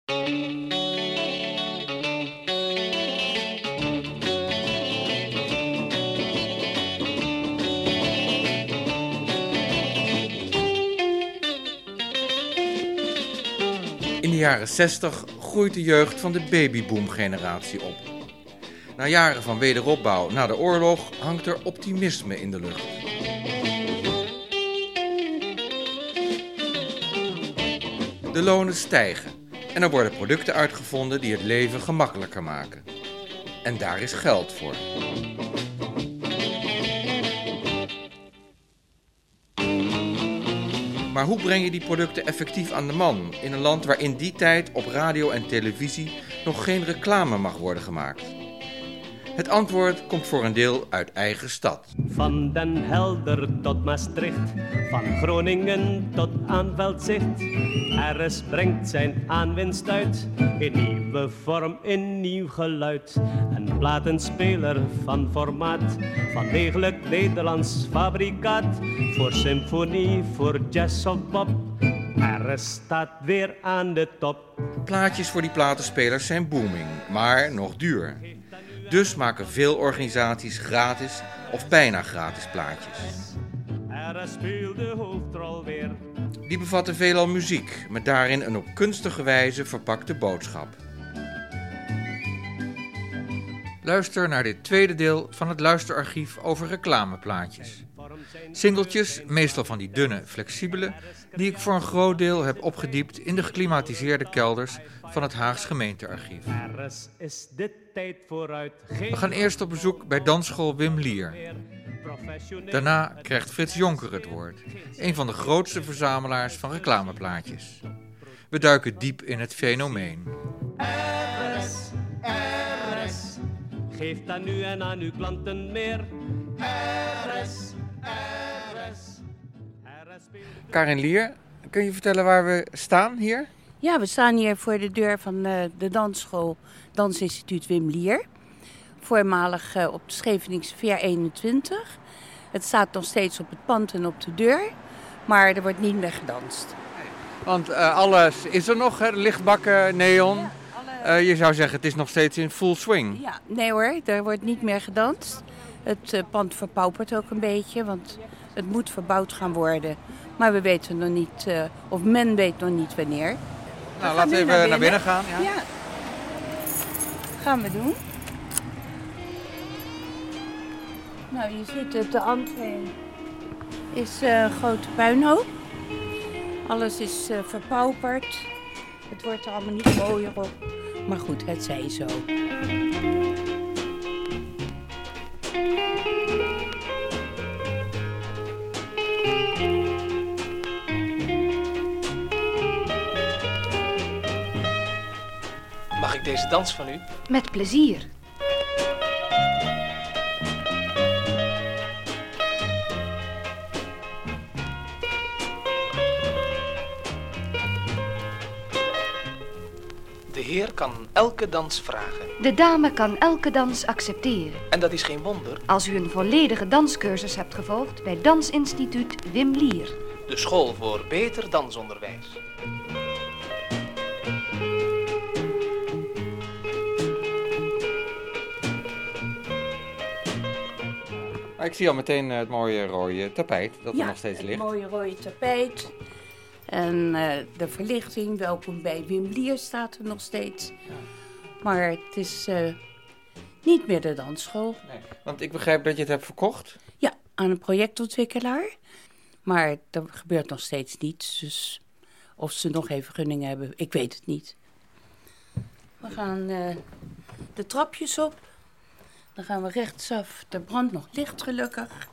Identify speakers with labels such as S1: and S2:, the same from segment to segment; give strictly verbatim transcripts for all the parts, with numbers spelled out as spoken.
S1: In de jaren zestig groeit de jeugd van de babyboom-generatie op. Na jaren van wederopbouw na de oorlog hangt er optimisme in de lucht. De lonen stijgen en er worden producten uitgevonden die het leven gemakkelijker maken. En daar is geld voor. Maar hoe breng je die producten effectief aan de man in een land waar in die tijd op radio en televisie nog geen reclame mag worden gemaakt? Het antwoord komt voor een deel uit eigen stad.
S2: Van Den Helder tot Maastricht, van Groningen tot aan Veldzicht. R S brengt zijn aanwinst uit, in nieuwe vorm, in nieuw geluid. Een platenspeler van formaat, van degelijk Nederlands fabrikaat. Voor symfonie, voor jazz of pop, R S staat weer aan de top.
S1: Plaatjes voor die platenspelers zijn booming, maar nog duur. Dus maken veel organisaties gratis of bijna gratis plaatjes.
S2: R S speelt de hoofdrol weer.
S1: Die bevatten veelal muziek, met daarin een op kunstige wijze verpakte boodschap. Luister naar dit tweede deel van het luisterarchief over reclameplaatjes. Singeltjes, meestal van die dunne, flexibele, die ik voor een groot deel heb opgediept in de geklimatiseerde kelders van het Haags gemeentearchief. We gaan eerst op bezoek bij dansschool Wim Lier. Daarna krijgt Frits Jonker het woord, een van de grootste verzamelaars van reclameplaatjes. We duiken diep in het fenomeen.
S2: R S, R S, geef aan u en aan uw klanten meer. R S, R S, R S.
S1: Karin Lier, kun je vertellen waar we staan hier?
S3: Ja, we staan hier voor de deur van uh, de dansschool Dansinstituut Wim Lier. Voormalig uh, op de Scheveningse Veer eenentwintig. Het staat nog steeds op het pand en op de deur, maar er wordt niet meer gedanst.
S1: Want uh, alles is er nog, hè? Lichtbakken, neon.
S3: Ja, alle...
S1: uh, je zou zeggen, het is nog steeds in full swing.
S3: Ja, nee hoor, er wordt niet meer gedanst. Het uh, pand verpaupert ook een beetje, want het moet verbouwd gaan worden. Maar we weten nog niet, uh, of men weet nog niet wanneer.
S1: Nou, laten we even naar binnen, naar binnen gaan. Ja.
S3: Ja, gaan we doen. Nou, je ziet het, de entree is uh, een grote puinhoop. Alles is uh, verpauperd. Het wordt er allemaal niet mooier op. Maar goed, het zij zo.
S4: Mag ik deze dans van u?
S5: Met plezier.
S4: De heer kan elke dans vragen.
S5: De dame kan elke dans accepteren.
S4: En dat is geen wonder.
S5: Als u een volledige danscursus hebt gevolgd bij Dansinstituut Wim Lier.
S4: De school voor beter dansonderwijs.
S1: Ik zie al meteen het mooie rode tapijt dat
S3: ja,
S1: er nog steeds ligt.
S3: Het mooie rode tapijt. En uh, de verlichting, welkom bij Wim Lier, staat er nog steeds. Ja. Maar het is uh, niet meer de dansschool.
S1: Nee, want ik begrijp dat je het hebt verkocht.
S3: Ja, aan een projectontwikkelaar. Maar er gebeurt nog steeds niets. Dus of ze nog even vergunningen hebben, ik weet het niet. We gaan uh, de trapjes op. Dan gaan we rechtsaf. Er brandt nog licht, gelukkig.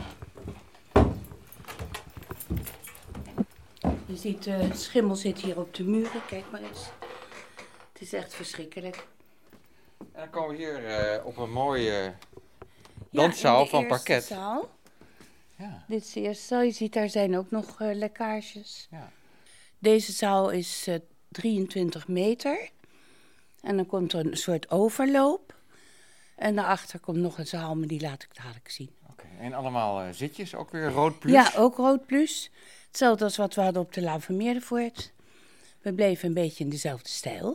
S3: Je ziet, de uh, schimmel zit hier op de muren. Kijk maar eens. Het is echt verschrikkelijk.
S1: En dan komen we hier uh, op een mooie danszaal ja, van parket.
S3: Zaal.
S1: Ja.
S3: Dit is de eerste zaal. Je ziet, daar zijn ook nog uh, lekkages.
S1: Ja.
S3: Deze zaal is uh, drieëntwintig meter. En dan komt er een soort overloop. En daarachter komt nog een zaal, maar die laat ik dadelijk zien.
S1: Oké, okay. En allemaal uh, zitjes, ook weer rood plus?
S3: Ja, ook rood plus. Hetzelfde als wat we hadden op de La Vermeerdevoort. We bleven een beetje in dezelfde stijl.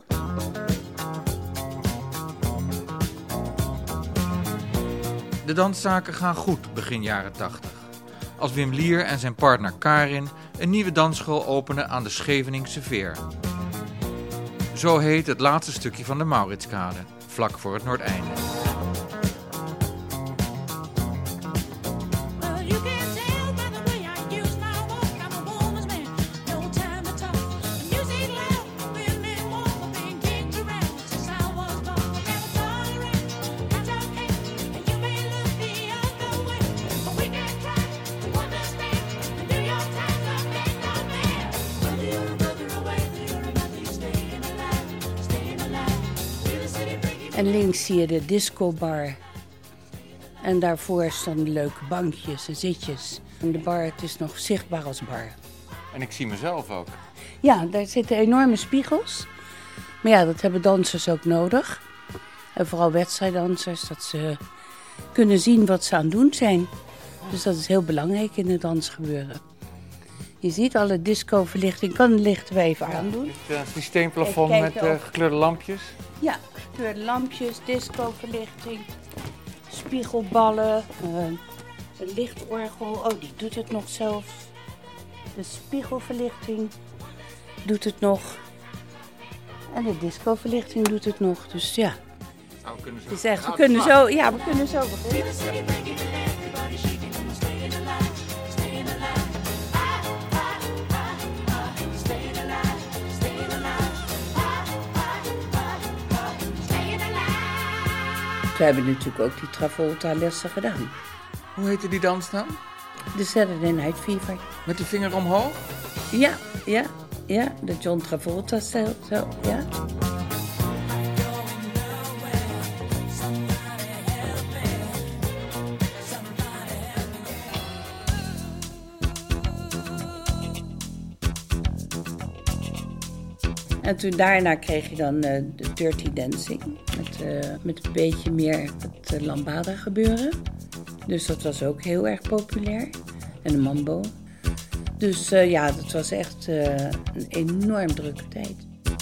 S1: De danszaken gaan goed begin jaren tachtig. Als Wim Lier en zijn partner Karin een nieuwe dansschool openen aan de Scheveningse Veer. Zo heet het laatste stukje van de Mauritskade, vlak voor het Noordeinde.
S3: En links zie je de discobar. En daarvoor staan leuke bankjes en zitjes. En de bar, het is nog zichtbaar als bar.
S1: En ik zie mezelf ook.
S3: Ja, daar zitten enorme spiegels. Maar ja, dat hebben dansers ook nodig. En vooral wedstrijddansers, dat ze kunnen zien wat ze aan het doen zijn. Dus dat is heel belangrijk in het dansgebeuren. Je ziet alle discoverlichting. Ik kan het licht weer even aandoen.
S1: Het systeemplafond met uh, gekleurde lampjes.
S3: Ja, gekleurde lampjes, discoverlichting, spiegelballen, uh, een lichtorgel. Oh, die doet het nog zelf. De spiegelverlichting doet het nog. En de discoverlichting doet het nog. Dus ja.
S1: Nou, we kunnen zo.
S3: Het is echt, we kunnen zo, ja, we kunnen zo beginnen. We hebben natuurlijk ook die Travolta-lessen gedaan.
S1: Hoe heette die dans dan?
S3: De Saturday Night Fever.
S1: Met die vinger omhoog?
S3: Ja, ja, ja. De John Travolta-stijl, zo, ja. En toen daarna kreeg je dan uh, de Dirty Dancing. Met, uh, met een beetje meer het uh, lambada gebeuren. Dus dat was ook heel erg populair. En de mambo. Dus uh, ja, dat was echt uh, een enorm drukke tijd.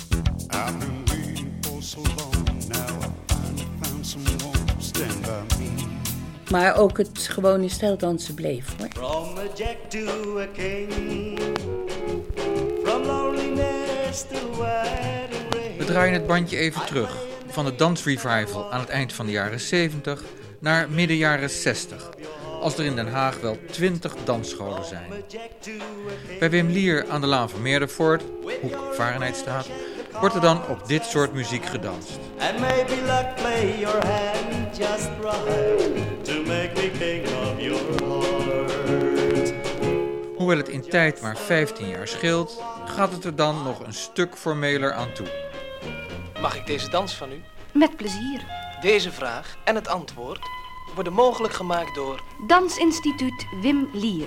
S3: Maar ook het gewone stijldansen bleef, hoor. From a jack to a king.
S1: From loneliness to We draaien het bandje even terug. Van het dansrevival aan het eind van de jaren zeventig naar midden jaren zestig. Als er in Den Haag wel twintig dansscholen zijn. Bij Wim Lier aan de Laan van Meerdervoort, hoek Varenheidstraat, wordt er dan op dit soort muziek gedanst. And maybe luck play your hand just right to make me king of your heart. Hoewel het in tijd maar vijftien jaar scheelt, gaat het er dan nog een stuk formeler aan toe.
S4: Mag ik deze dans van u?
S5: Met plezier.
S4: Deze vraag en het antwoord worden mogelijk gemaakt door
S5: Dansinstituut Wim Lier.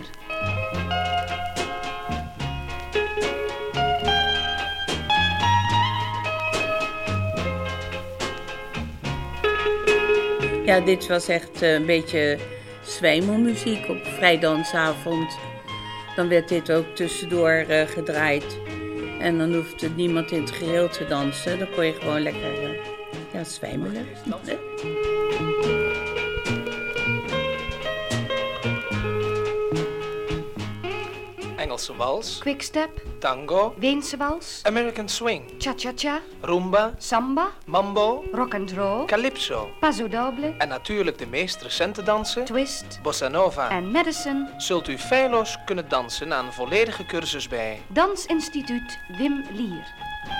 S3: Ja, dit was echt een beetje zwijmelmuziek op vrijdansavond. Dan werd dit ook tussendoor uh, gedraaid. En dan hoefde niemand in het geheel te dansen. Dan kon je gewoon lekker uh, ja, zwijmelen.
S4: Engelse wals,
S5: Quickstep,
S4: tango,
S5: Weense wals,
S4: American swing,
S5: cha-cha-cha,
S4: rumba,
S5: samba,
S4: mambo,
S5: rock and roll,
S4: calypso
S5: paso doble
S4: en natuurlijk de meest recente dansen,
S5: twist
S4: bossa nova.
S5: en medicine.
S4: Zult u feilloos kunnen dansen na een volledige cursus bij
S5: Dansinstituut Wim Lier.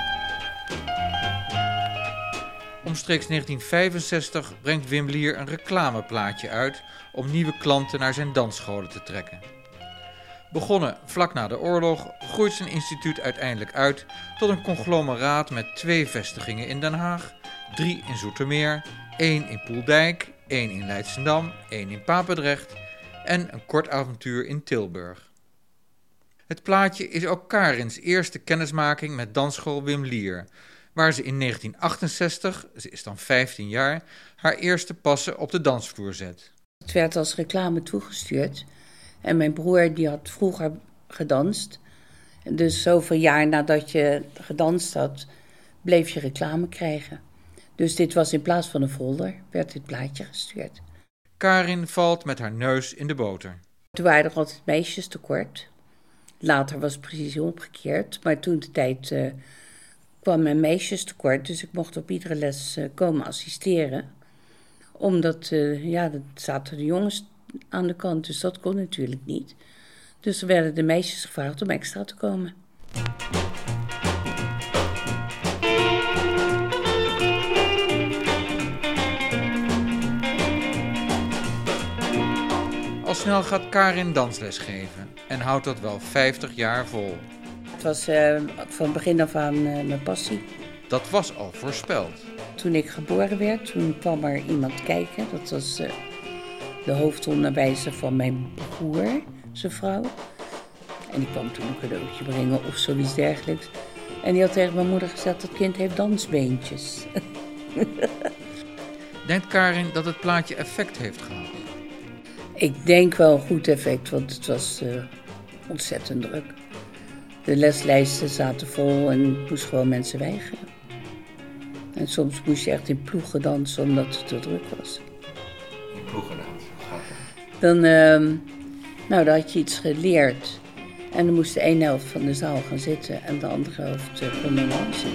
S1: Omstreeks negentien vijfenzestig brengt Wim Lier een reclameplaatje uit om nieuwe klanten naar zijn dansscholen te trekken. Begonnen vlak na de oorlog groeit zijn instituut uiteindelijk uit tot een conglomeraat met twee vestigingen in Den Haag, drie in Zoetermeer, één in Poeldijk, één in Leidschendam, één in Papendrecht en een kort avontuur in Tilburg. Het plaatje is ook Karins eerste kennismaking met dansschool Wim Lier, waar ze in negentien achtenzestig, ze is dan vijftien jaar, haar eerste passen op de dansvloer zet.
S3: Het werd als reclame toegestuurd. En mijn broer die had vroeger gedanst. Dus zoveel jaar nadat je gedanst had, bleef je reclame krijgen. Dus dit was in plaats van een folder, werd dit plaatje gestuurd.
S1: Karin valt met haar neus in de boter.
S3: Toen waren er altijd meisjes tekort. Later was het precies omgekeerd. Maar toen de tijd uh, kwam er meisjes tekort. Dus ik mocht op iedere les uh, komen assisteren. Omdat, uh, ja, er zaten de jongens aan de kant. Dus dat kon natuurlijk niet. Dus er werden de meisjes gevraagd om extra te komen.
S1: Al snel gaat Karin dansles geven en houdt dat wel vijftig jaar vol.
S3: Het was uh, van begin af aan uh, mijn passie.
S1: Dat was al voorspeld.
S3: Toen ik geboren werd, toen kwam er iemand kijken. Dat was uh, de hoofdonderwijzer van mijn broer, zijn vrouw. En die kwam toen een cadeautje brengen of zoiets dergelijks. En die had tegen mijn moeder gezegd, dat kind heeft dansbeentjes.
S1: Denkt Karin dat het plaatje effect heeft gehad?
S3: Ik denk wel een goed effect, want het was uh, ontzettend druk. De leslijsten zaten vol en moest gewoon mensen weigeren. En soms moest je echt in ploegen dansen omdat het te druk was.
S1: In ploegen dansen? Hoe gaat dat?
S3: Dan, uh, nou, dan had je iets geleerd. En dan moest de ene helft van de zaal gaan zitten en de andere helft uh, kon dan dansen.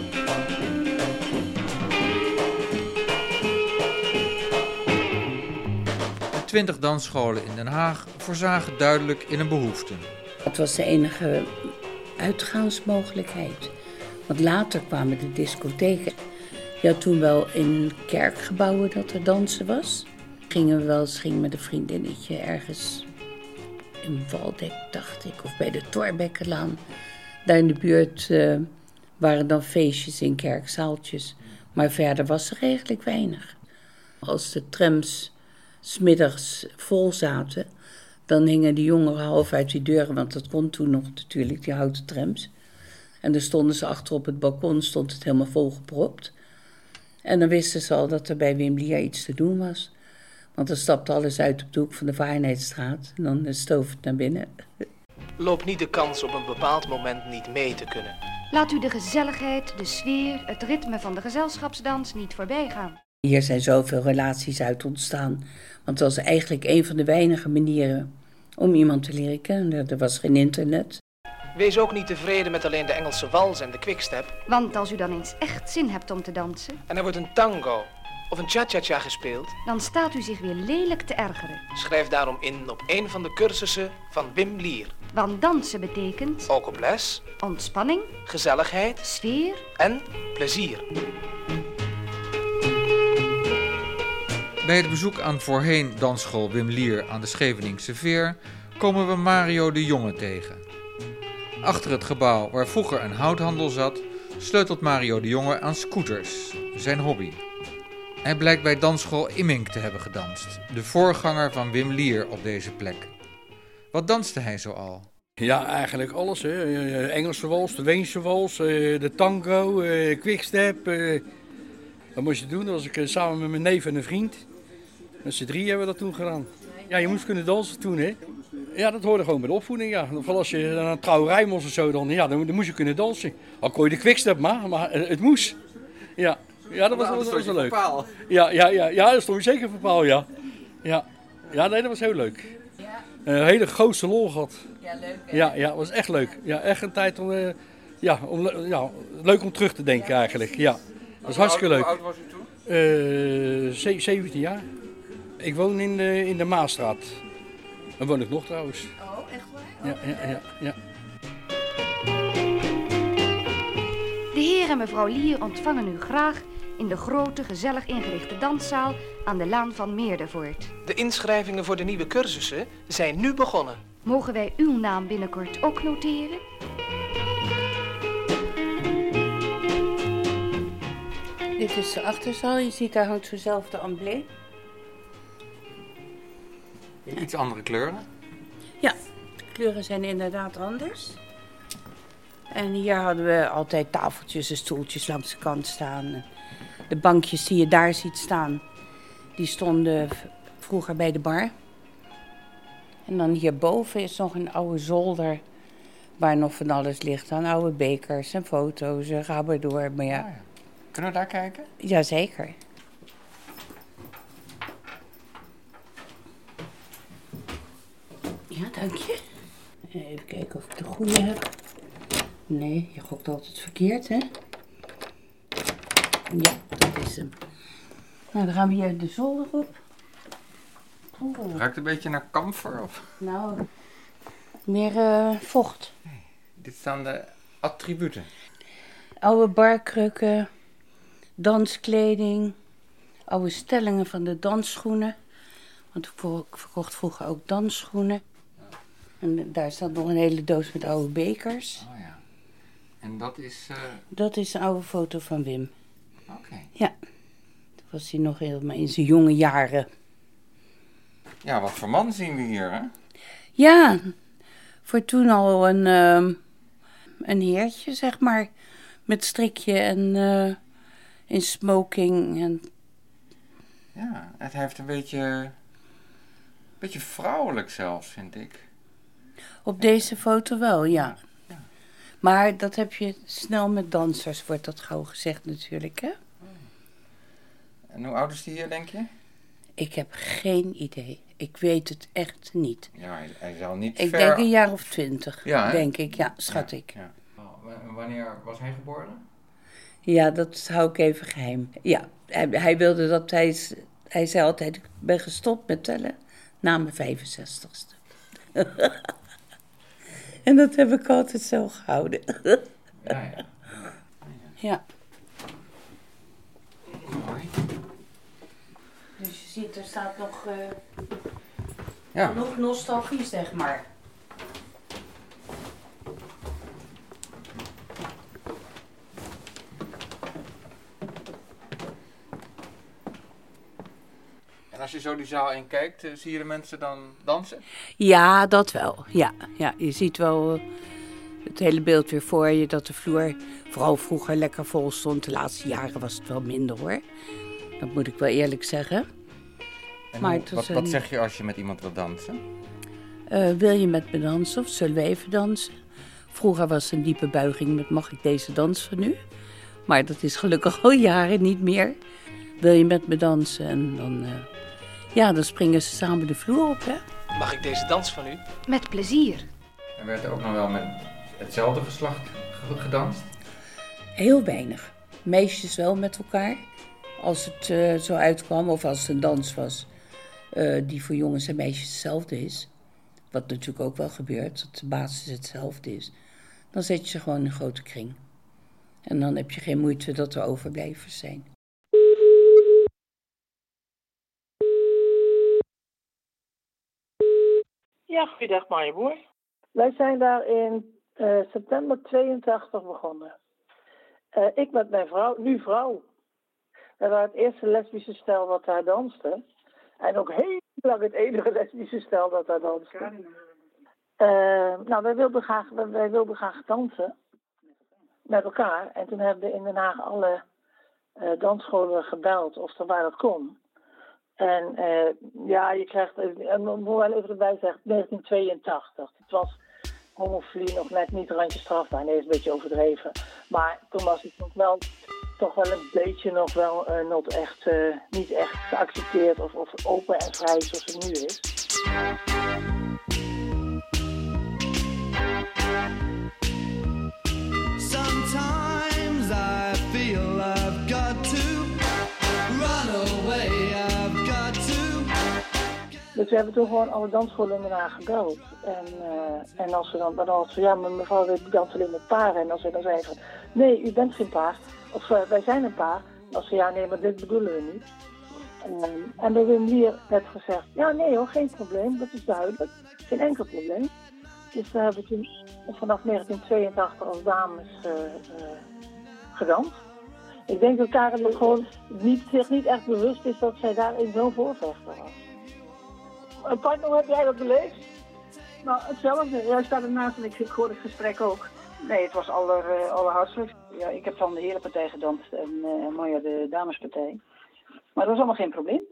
S1: twintig dansscholen in Den Haag voorzagen duidelijk in een behoefte.
S3: Dat was de enige uitgaansmogelijkheid. Want later kwamen de discotheken. Je had toen wel in kerkgebouwen dat er dansen was. Gingen we wel eens ging met een vriendinnetje ergens in Waldeck, dacht ik, of bij de Thorbeckenlaan. Daar in de buurt uh, waren dan feestjes in kerkzaaltjes. Maar verder was er eigenlijk weinig. Als de trams 's middags vol zaten, dan hingen de jongeren half uit die deuren, want dat kon toen nog natuurlijk, die houten trams. En dan stonden ze achter op het balkon, stond het helemaal volgepropt. En dan wisten ze al dat er bij Wim Lier iets te doen was. Want dan stapte alles uit op de hoek van de Waarheidsstraat en dan stoof het naar binnen.
S4: Loop niet de kans op een bepaald moment niet mee te kunnen.
S5: Laat u de gezelligheid, de sfeer, het ritme van de gezelschapsdans niet voorbij gaan.
S3: Hier zijn zoveel relaties uit ontstaan. Want het was eigenlijk een van de weinige manieren om iemand te leren kennen. Er was geen internet.
S4: Wees ook niet tevreden met alleen de Engelse wals en de quickstep.
S5: Want als u dan eens echt zin hebt om te dansen,
S4: En er wordt een tango of een cha-cha-cha gespeeld.
S5: dan staat u zich weer lelijk te ergeren.
S4: Schrijf daarom in op een van de cursussen van Wim Lier.
S5: Want dansen betekent
S4: Ook op les,
S5: ontspanning,
S4: gezelligheid
S5: sfeer.
S4: en plezier.
S1: Bij het bezoek aan voorheen dansschool Wim Lier aan de Scheveningse Veer komen we Mario de Jonge tegen. Achter het gebouw waar vroeger een houthandel zat, sleutelt Mario de Jonge aan scooters, zijn hobby. Hij blijkt bij dansschool Immink te hebben gedanst, de voorganger van Wim Lier op deze plek. Wat danste hij zoal?
S6: Ja, eigenlijk alles. Hè. Engelse wals, de Weense wals, de tango, quickstep. Wat moest je doen? Dat was ik samen met mijn neef en een vriend. Met z'n drie hebben we dat toen gedaan. Ja, je moest kunnen dansen toen, hè. Ja, dat hoorde gewoon bij de opvoeding, ja. Vooral als je naar een trouwerij moest of zo, dan, ja, dan, dan moest je kunnen dansen. Al kon je de quickstep maar, maar het moest. Ja, ja dat was, dat was, dat was wel leuk. Ja, ja, ja, ja, dat stond je zeker voor paal, ja. Ja, ja, nee, dat was heel leuk. Een hele grootste lol gehad.
S3: Ja, leuk hè?
S6: Ja, ja, dat was echt leuk. Ja, echt een tijd om, uh, ja, om, ja, leuk om terug te denken eigenlijk, ja. Dat was hartstikke leuk.
S1: Hoe oud was u toen?
S6: Uh, zeventien jaar. Ik woon in de, in de Maasstraat. Daar woon ik nog trouwens.
S3: Oh, echt waar?
S6: Ja, ja, ja, ja.
S5: De heer en mevrouw Lier ontvangen u graag in de grote, gezellig ingerichte danszaal aan de Laan van Meerdervoort.
S4: De inschrijvingen voor de nieuwe cursussen zijn nu begonnen.
S5: Mogen wij uw naam binnenkort ook noteren?
S3: Dit is de achterzaal. Je ziet daar hangt zo'nzelfde embleem.
S1: Iets andere kleuren?
S3: Ja, de kleuren zijn inderdaad anders. En hier hadden we altijd tafeltjes en stoeltjes langs de kant staan. De bankjes die je daar ziet staan, die stonden v- vroeger bij de bar. En dan hierboven is nog een oude zolder waar nog van alles ligt aan oude bekers en foto's. En ga maar door, maar ja.
S1: Oh, ja. Kunnen we daar kijken?
S3: Jazeker. Ja, dank je. Even kijken of ik de goede heb. Nee, je gokt altijd verkeerd, hè? Ja, dat is hem. Nou, dan gaan we hier de zolder op. Oeh.
S1: Ruikt een beetje naar kamfer? Of?
S3: Nou, meer uh, vocht.
S1: Nee, dit staan de attributen.
S3: Oude barkrukken, danskleding, oude stellingen van de dansschoenen. Want ik verkocht vroeger ook dansschoenen. En daar staat nog een hele doos met oude bekers.
S1: Oh ja. En dat is... Uh...
S3: Dat is een oude foto van Wim.
S1: Oké. Okay.
S3: Ja. Toen was hij nog helemaal in zijn jonge jaren.
S1: Ja, wat voor man zien we hier, hè?
S3: Ja, voor toen al een, uh, een heertje, zeg maar. Met strikje en uh, in smoking. En...
S1: Ja, het heeft een beetje... Een beetje vrouwelijk zelfs, vind ik.
S3: Op deze foto wel, ja. ja. Maar dat heb je snel met dansers, wordt dat gauw gezegd natuurlijk, hè?
S1: En hoe oud is die hier, denk je?
S3: Ik heb geen idee. Ik weet het echt niet.
S1: Ja, hij, hij zal niet
S3: Ik
S1: ver...
S3: denk een jaar of twintig,
S1: ja,
S3: denk ik. Ja, schat
S1: ja,
S3: ik.
S1: Ja. Oh, wanneer was hij geboren?
S3: Ja, dat hou ik even geheim. Ja, hij, hij wilde dat hij... Hij zei altijd, ik ben gestopt met tellen na mijn vijfenzestigste. En dat heb ik altijd zo gehouden.
S1: Ja, ja. Ja.
S3: Ja.
S1: Mooi.
S3: Dus je ziet, er staat nog uh,
S1: ja.
S3: genoeg nostalgie, zeg maar.
S1: En als je zo die zaal in kijkt, uh, zie je de mensen dan dansen?
S3: Ja, dat wel. Ja, ja. Je ziet wel uh, het hele beeld weer voor je, dat de vloer vooral vroeger lekker vol stond. De laatste jaren was het wel minder, hoor. Dat moet ik wel eerlijk zeggen.
S1: En
S3: maar
S1: hoe, wat,
S3: een...
S1: wat zeg je als je met iemand wil dansen?
S3: Uh, wil je met me dansen of zullen we even dansen? Vroeger was het een diepe buiging met mag ik deze dans van u? Maar dat is gelukkig al jaren niet meer. Wil je met me dansen? En dan, uh, ja, dan springen ze samen de vloer op, hè?
S4: Mag ik deze dans van u?
S5: Met plezier.
S1: Er werd ook nog wel met hetzelfde geslacht gedanst?
S3: Heel weinig. Meisjes wel met elkaar. Als het uh, zo uitkwam of als het een dans was uh, die voor jongens en meisjes hetzelfde is. Wat natuurlijk ook wel gebeurt, dat de basis hetzelfde is. Dan zet je ze gewoon in een grote kring. En dan heb je geen moeite dat er overblijvers zijn.
S7: Ja, goeiedag Marje Boer. Wij zijn daar in uh, september tweeëntachtig begonnen. Uh, ik met mijn vrouw, nu vrouw. We waren het eerste lesbische stel wat daar danste. En ook heel lang het enige lesbische stel dat daar danste. Uh, nou, wij wilden, graag, wij wilden graag dansen. Met elkaar. En toen hebben we in Den Haag alle uh, dansscholen gebeld of er waar dat kon. En uh, ja, je krijgt, uh, moet wel even erbij zeggen, negentien tweeëntachtig. Het was homofilie nog net niet randje strafbaar. Nee, is een beetje overdreven. Maar toen was het nog wel, toch wel een beetje nog wel uh, not echt, uh, niet echt geaccepteerd of, of open en vrij zoals het nu is.
S8: Sometimes I feel I've got to run away, I've got to.
S7: Dus we hebben toen gewoon alle dansscholen in Den Haag gebeld. En, uh, en als we dan, dan als we, ja, maar mevrouw, we dansen alleen met paren. En als we dan zeiden van, nee, u bent geen paar. Of uh, wij zijn een paar. Als ze, ja, nee, maar dit bedoelen we niet. Um, en bij Wim Lier werd gezegd, ja, nee hoor, geen probleem, dat is duidelijk. Geen enkel probleem. Dus we hebben toen vanaf negentien tweeëntachtig als dames uh, uh, gedanst. Ik denk dat Karen er gewoon niet, zich niet echt bewust is dat zij daarin zo'n voorvechter was. Uh, Part, hoe heb jij dat beleefd? Nou, hetzelfde. Jij staat ernaast en ik, ik hoor het gesprek ook.
S9: Nee, het was aller, uh, allerhartelijkst. Ja, ik heb van de herenpartij gedanst en uh, Maya de damespartij. Maar dat was allemaal geen probleem.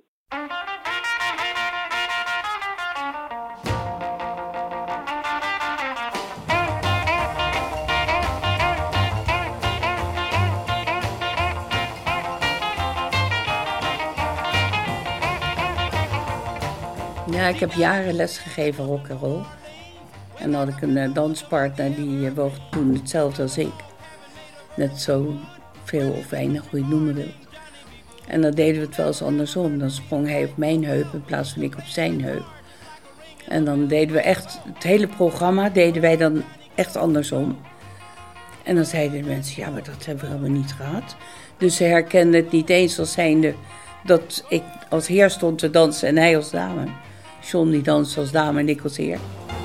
S3: Ja, ik heb jaren les gegeven rock en roll. En dan had ik een uh, danspartner die uh, woog toen hetzelfde als ik. Net zo veel of weinig, hoe je het noemen wilt. En dan deden we het wel eens andersom. Dan sprong hij op mijn heup in plaats van ik op zijn heup. En dan deden we echt, het hele programma deden wij dan echt andersom. En dan zeiden de mensen, ja, maar dat hebben we helemaal niet gehad. Dus ze herkenden het niet eens als zijnde dat ik als heer stond te dansen en hij als dame. John die danste als dame en ik als heer.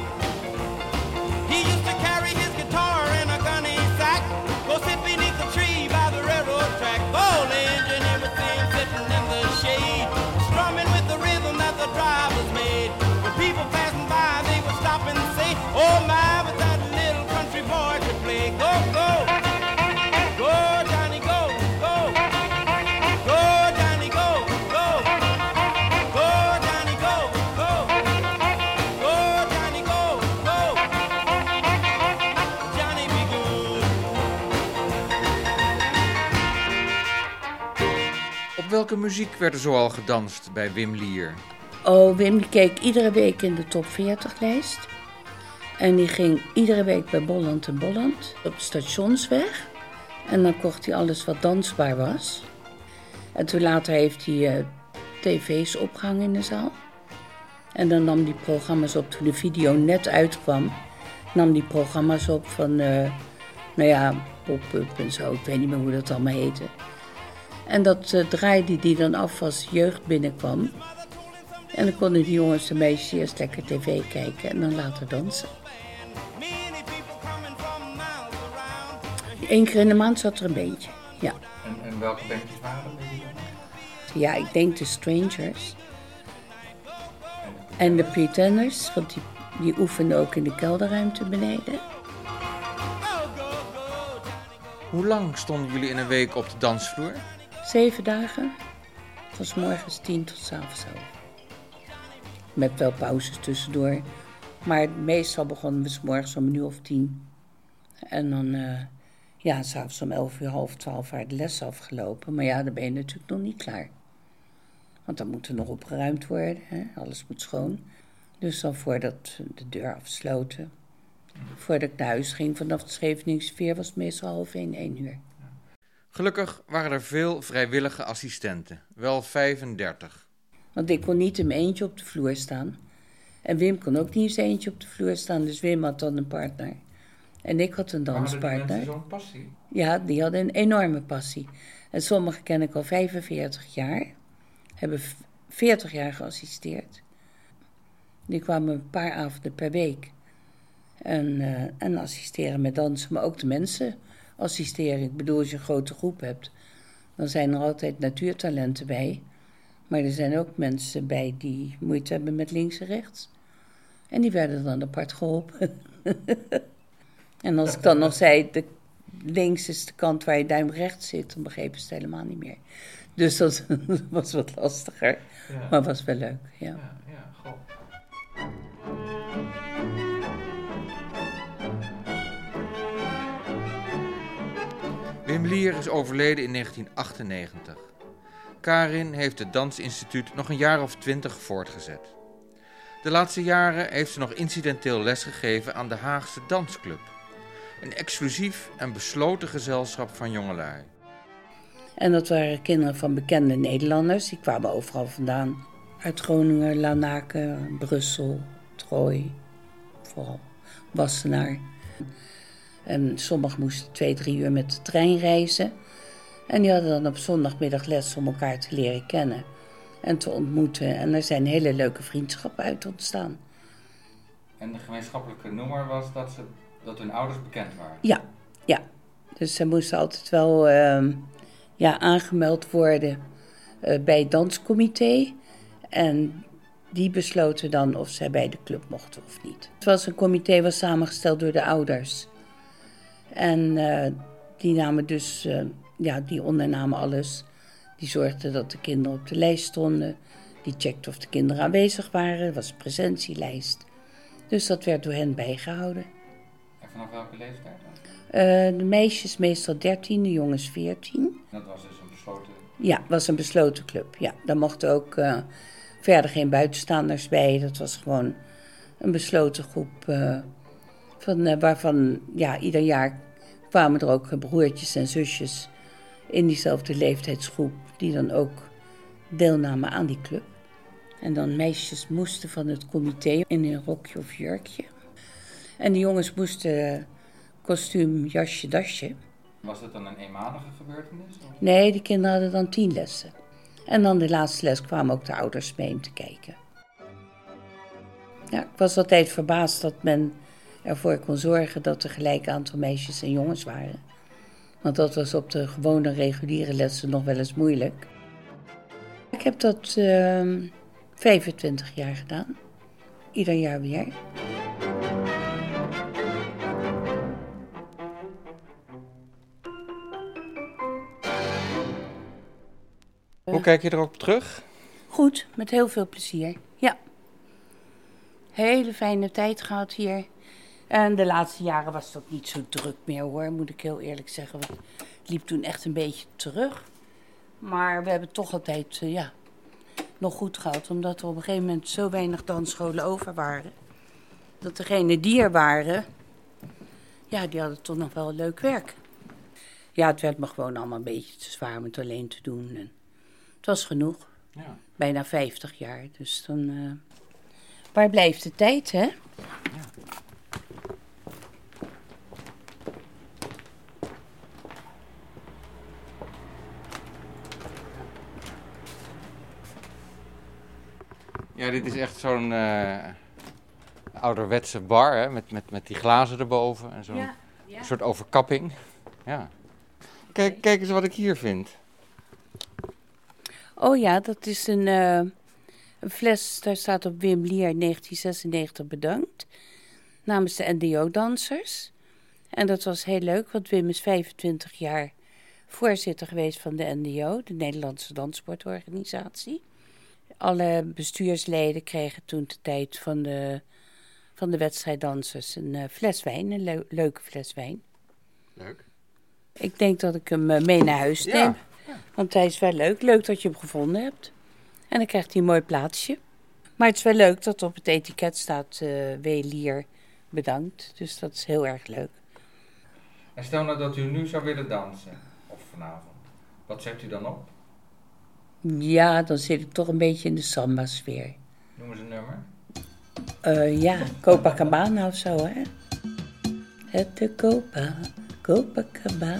S1: Welke muziek werd er zoal gedanst bij Wim Lier?
S3: Oh, Wim die keek iedere week in de top veertig lijst. En die ging iedere week bij Bolland en Bolland op Stationsweg. En dan kocht hij alles wat dansbaar was. En toen later heeft hij uh, tv's opgehangen in de zaal. En dan nam hij programma's op toen de video net uitkwam. Nam die programma's op van, uh, nou ja, pop-up en zo. Ik weet niet meer hoe dat allemaal heette. En dat uh, draaide die dan af als jeugd binnenkwam. En dan konden die jongens en meisjes eerst lekker tv kijken en dan later dansen. Eén keer in de maand zat er een bandje, ja.
S1: En, en welke bandjes waren dat?
S3: Ja, ik denk de Strangers. En de Pretenders, want die, die oefenden ook in de kelderruimte beneden.
S1: Hoe lang stonden jullie in een week op de dansvloer?
S3: Zeven dagen. Van 's morgens tien tot 's avonds elf. Met wel pauzes tussendoor. Maar meestal begonnen we 's morgens om een uur of tien. En dan, uh, ja, 's avonds om elf uur, half twaalf waren de lessen afgelopen. Maar ja, dan ben je natuurlijk nog niet klaar. Want dan moet er nog opgeruimd worden. Hè? Alles moet schoon. Dus dan voordat de deur afsloten. Voordat ik naar huis ging vanaf de Scheveningse Veer was het meestal half één, één uur.
S1: Gelukkig waren er veel vrijwillige assistenten, wel vijfendertig.
S3: Want ik kon niet in mijn eentje op de vloer staan. En Wim kon ook niet in zijn eentje op de vloer staan, dus Wim had dan een partner. En ik had een danspartner.
S1: Hadden die mensen zo'n passie?
S3: Ja, die hadden een enorme passie. En sommigen ken ik al vijfenveertig jaar, hebben veertig jaar geassisteerd. Die kwamen een paar avonden per week. En, uh, en assisteren met dansen, maar ook de mensen assisteren. Ik bedoel, als je een grote groep hebt, dan zijn er altijd natuurtalenten bij. Maar er zijn ook mensen bij die moeite hebben met links en rechts. En die werden dan apart geholpen. En als ik dan nog zei, de links is de kant waar je duim rechts zit, dan begrepen ze het helemaal niet meer. Dus dat was wat lastiger, ja. Maar was wel leuk. Ja,
S1: ja, ja goh. Wim Lier is overleden in negentien achtennegentig. Karin heeft het Dansinstituut nog een jaar of twintig voortgezet. De laatste jaren heeft ze nog incidenteel lesgegeven aan de Haagse Dansclub. Een exclusief en besloten gezelschap van jongelui.
S3: En dat waren kinderen van bekende Nederlanders. Die kwamen overal vandaan. Uit Groningen, Lanaken, Brussel, Trooi, vooral Wassenaar. En sommigen moesten twee, drie uur met de trein reizen. En die hadden dan op zondagmiddag les om elkaar te leren kennen en te ontmoeten. En er zijn hele leuke vriendschappen uit ontstaan.
S1: En de gemeenschappelijke noemer was dat, ze, dat hun ouders bekend waren?
S3: Ja, ja. Dus ze moesten altijd wel uh, ja, aangemeld worden uh, bij het danscomité. En die besloten dan of zij bij de club mochten of niet. Het was een comité was samengesteld door de ouders. En uh, die namen dus, uh, ja, die ondernamen alles. Die zorgden dat de kinderen op de lijst stonden. Die checkten of de kinderen aanwezig waren. Dat was een presentielijst. Dus dat werd door hen bijgehouden.
S1: En vanaf welke leeftijd dan?
S3: Uh, de meisjes meestal dertien, de jongens veertien.
S1: Dat was dus een besloten...
S3: Ja, was een besloten club. Ja, daar mochten ook uh, verder geen buitenstaanders bij. Dat was gewoon een besloten groep uh, van, uh, waarvan ja, ieder jaar kwamen er ook broertjes en zusjes in diezelfde leeftijdsgroep die dan ook deelnamen aan die club. En dan meisjes moesten van het comité in een rokje of jurkje. En de jongens moesten kostuum, jasje, dasje.
S1: Was dat dan een eenmalige gebeurtenis? Of?
S3: Nee, die kinderen hadden dan tien lessen. En dan de laatste les kwamen ook de ouders mee om te kijken. Ja, ik was altijd verbaasd dat men ervoor kon zorgen dat er gelijk aantal meisjes en jongens waren. Want dat was op de gewone reguliere lessen nog wel eens moeilijk. Ik heb dat uh, vijfentwintig jaar gedaan. Ieder jaar weer.
S1: Hoe kijk je erop terug?
S3: Goed, met heel veel plezier, ja. Hele fijne tijd gehad hier. En de laatste jaren was het ook niet zo druk meer hoor, moet ik heel eerlijk zeggen. Want het liep toen echt een beetje terug. Maar we hebben toch altijd uh, ja, nog goed gehad. Omdat er op een gegeven moment zo weinig dansscholen over waren. Dat degenen die er waren, ja, die hadden toch nog wel leuk werk. Ja, het werd me gewoon allemaal een beetje te zwaar om het alleen te doen. En het was genoeg. Ja. Bijna vijftig jaar. Dus dan, uh, waar blijft de tijd, hè? Ja.
S1: Ja, dit is echt zo'n uh, ouderwetse bar, hè? Met, met, met die glazen erboven en zo'n ja, ja. soort overkapping. Ja. Kijk, kijk eens wat ik hier vind.
S3: Oh ja, dat is een, uh, een fles, daar staat op Wim Lier negentien zesennegentig bedankt. Namens de N D O-dansers. En dat was heel leuk, want Wim is vijfentwintig jaar voorzitter geweest van de N D O, de Nederlandse Danssportorganisatie. Alle bestuursleden kregen toen de tijd van de, van de wedstrijddansers een uh, fles wijn, een le- leuke fles wijn.
S1: Leuk.
S3: Ik denk dat ik hem uh, mee naar huis neem, ja. Ja. Want hij is wel leuk. Leuk dat je hem gevonden hebt. En dan krijgt hij een mooi plaatsje. Maar het is wel leuk dat op het etiket staat uh, W. Lier bedankt. Dus dat is heel erg leuk.
S1: En stel nou dat u nu zou willen dansen, of vanavond. Wat zet u dan op?
S3: Ja, dan zit ik toch een beetje in de samba-sfeer.
S1: Noem eens een nummer.
S3: Uh, ja, Copacabana of zo, hè? Het de Copa, Copacabana.